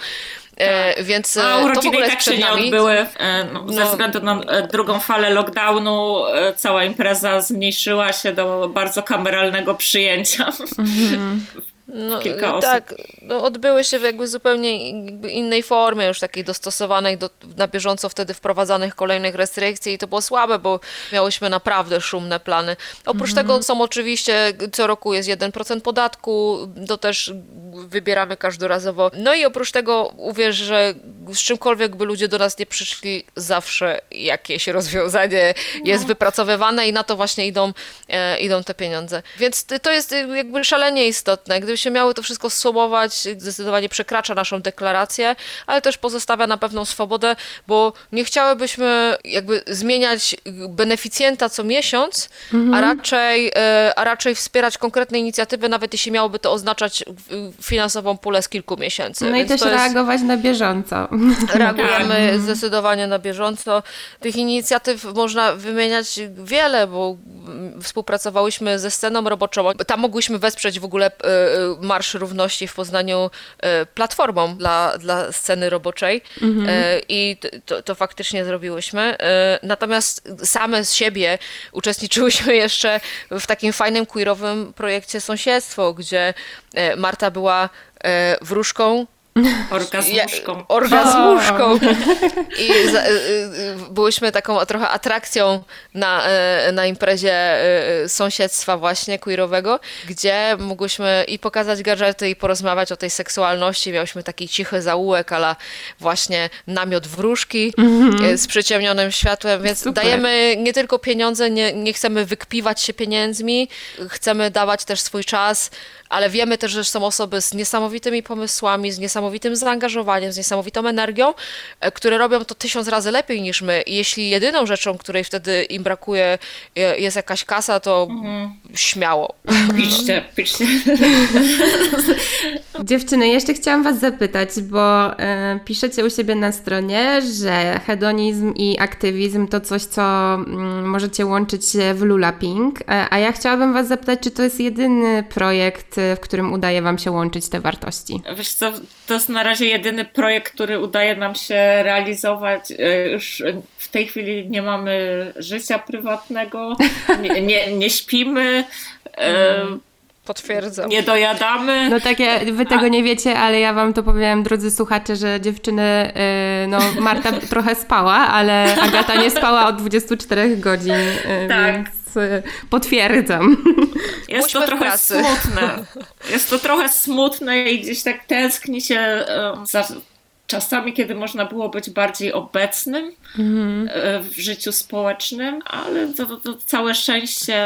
Więc a urodziny to w ogóle i tak się nie odbyły. Ze względu na drugą falę lockdownu cała impreza zmniejszyła się do bardzo kameralnego przyjęcia. kilka osób. Tak, odbyły się w jakby zupełnie innej formie, już takiej dostosowanej na bieżąco wtedy wprowadzanych kolejnych restrykcji i to było słabe, bo miałyśmy naprawdę szumne plany. Oprócz tego są oczywiście, co roku jest 1% podatku, to też wybieramy każdorazowo. No i oprócz tego uwierz, że z czymkolwiek by ludzie do nas nie przyszli, zawsze jakieś rozwiązanie jest wypracowywane i na to właśnie idą te pieniądze. Więc to jest jakby szalenie istotne. Gdyby się miały to wszystko zsumować, zdecydowanie przekracza naszą deklarację, ale też pozostawia na pewną swobodę, bo nie chciałybyśmy jakby zmieniać beneficjenta co miesiąc, a raczej wspierać konkretne inicjatywy, nawet jeśli miałoby to oznaczać finansową pulę z kilku miesięcy. No i też reagować na bieżąco. Reagujemy zdecydowanie na bieżąco. Tych inicjatyw można wymieniać wiele, bo współpracowałyśmy ze sceną roboczą. Tam mogłyśmy wesprzeć w ogóle Marsz Równości w Poznaniu platformą dla sceny roboczej i to faktycznie zrobiłyśmy. Natomiast same z siebie uczestniczyłyśmy jeszcze w takim fajnym queerowym projekcie Sąsiedztwo, gdzie Marta była wróżką. Orgazmuszką. I byłyśmy taką trochę atrakcją na imprezie sąsiedztwa właśnie queerowego, gdzie mogłyśmy i pokazać gadżety i porozmawiać o tej seksualności. Miałyśmy taki cichy zaułek, ale właśnie namiot wróżki z przyciemnionym światłem, więc super. Dajemy nie tylko pieniądze, nie chcemy wykpiwać się pieniędzmi, chcemy dawać też swój czas, ale wiemy też, że są osoby z niesamowitymi pomysłami, z niesamowitym zaangażowaniem, z niesamowitą energią, które robią to 1000 razy lepiej niż my. I jeśli jedyną rzeczą, której wtedy im brakuje, jest jakaś kasa, to śmiało. Piszcie. Dziewczyny, jeszcze chciałam was zapytać, bo piszecie u siebie na stronie, że hedonizm i aktywizm to coś, co możecie łączyć w Lulapink, a ja chciałabym was zapytać, czy to jest jedyny projekt, w którym udaje wam się łączyć te wartości? Wiesz co, to jest na razie jedyny projekt, który udaje nam się realizować. Już w tej chwili nie mamy życia prywatnego, nie śpimy, potwierdzam. Nie dojadamy. No tak, wy tego nie wiecie, ale ja wam to powiem, drodzy słuchacze, że dziewczyny, Marta trochę spała, ale Agata nie spała od 24 godzin, tak. Więc potwierdzam. Jest to trochę smutne. Jest to trochę smutne i gdzieś tak tęskni się za czasami, kiedy można było być bardziej obecnym w życiu społecznym, ale to całe szczęście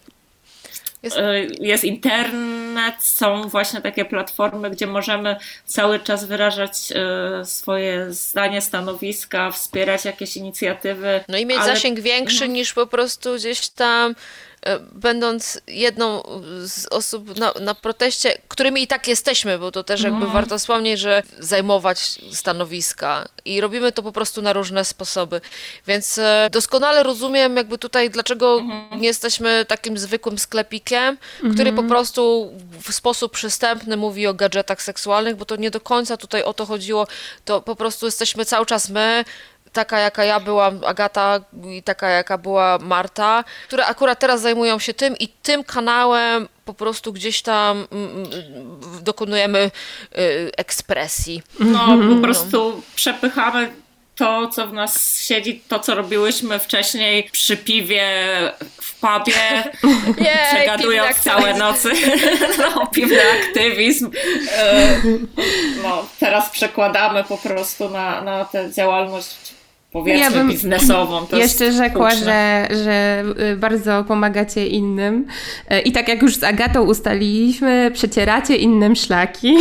jest internet, są właśnie takie platformy, gdzie możemy cały czas wyrażać swoje zdanie, stanowiska, wspierać jakieś inicjatywy. No i mieć zasięg większy niż po prostu gdzieś tam będąc jedną z osób na proteście, którymi i tak jesteśmy, bo to też jakby warto wspomnieć, że zajmować stanowiska i robimy to po prostu na różne sposoby, więc doskonale rozumiem jakby tutaj, dlaczego nie jesteśmy takim zwykłym sklepikiem, który po prostu w sposób przystępny mówi o gadżetach seksualnych, bo to nie do końca tutaj o to chodziło, to po prostu jesteśmy cały czas my, taka jaka ja byłam, Agata, i taka jaka była Marta, które akurat teraz zajmują się tym i tym kanałem po prostu gdzieś tam dokonujemy ekspresji. No, po prostu przepychamy to, co w nas siedzi, to, co robiłyśmy wcześniej przy piwie w pubie, przegadując całe nocy. No, piwny aktywizm. No, teraz przekładamy po prostu na tę działalność, powiedzmy, biznesową. To jeszcze rzekła, że bardzo pomagacie innym i tak jak już z Agatą ustaliliśmy, przecieracie innym szlaki.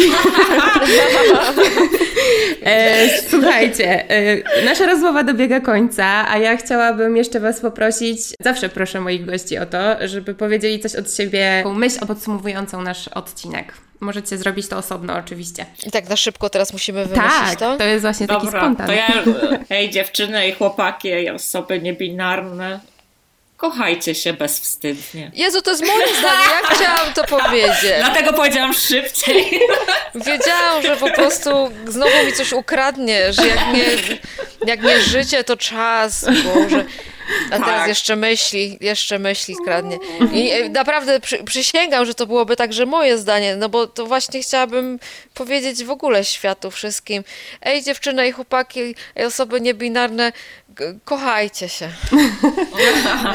Słuchajcie, nasza rozmowa dobiega końca, a ja chciałabym jeszcze was poprosić, zawsze proszę moich gości o to, żeby powiedzieli coś od siebie, myśl podsumowującą nasz odcinek. Możecie zrobić to osobno oczywiście. I tak na szybko teraz musimy wymyślić to? Tak, to jest właśnie taki spontan. To hej dziewczyny i chłopaki, i osoby niebinarne, kochajcie się bezwstydnie. Jezu, to jest moje zdanie, ja chciałam to powiedzieć. Dlatego powiedziałam szybciej. Wiedziałam, że po prostu znowu mi coś ukradnie, że jak nie życie, to czas. Boże. A teraz jeszcze myśli kradnie. I naprawdę przysięgam, że to byłoby także moje zdanie, no bo to właśnie chciałabym powiedzieć w ogóle światu wszystkim. Ej, dziewczyny i chłopaki, osoby niebinarne, kochajcie się.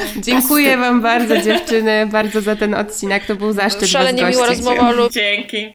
Dziękuję wam bardzo, dziewczyny, bardzo za ten odcinek. To był zaszczyt was Szalenie miła gościć. rozmowa. Dzięki.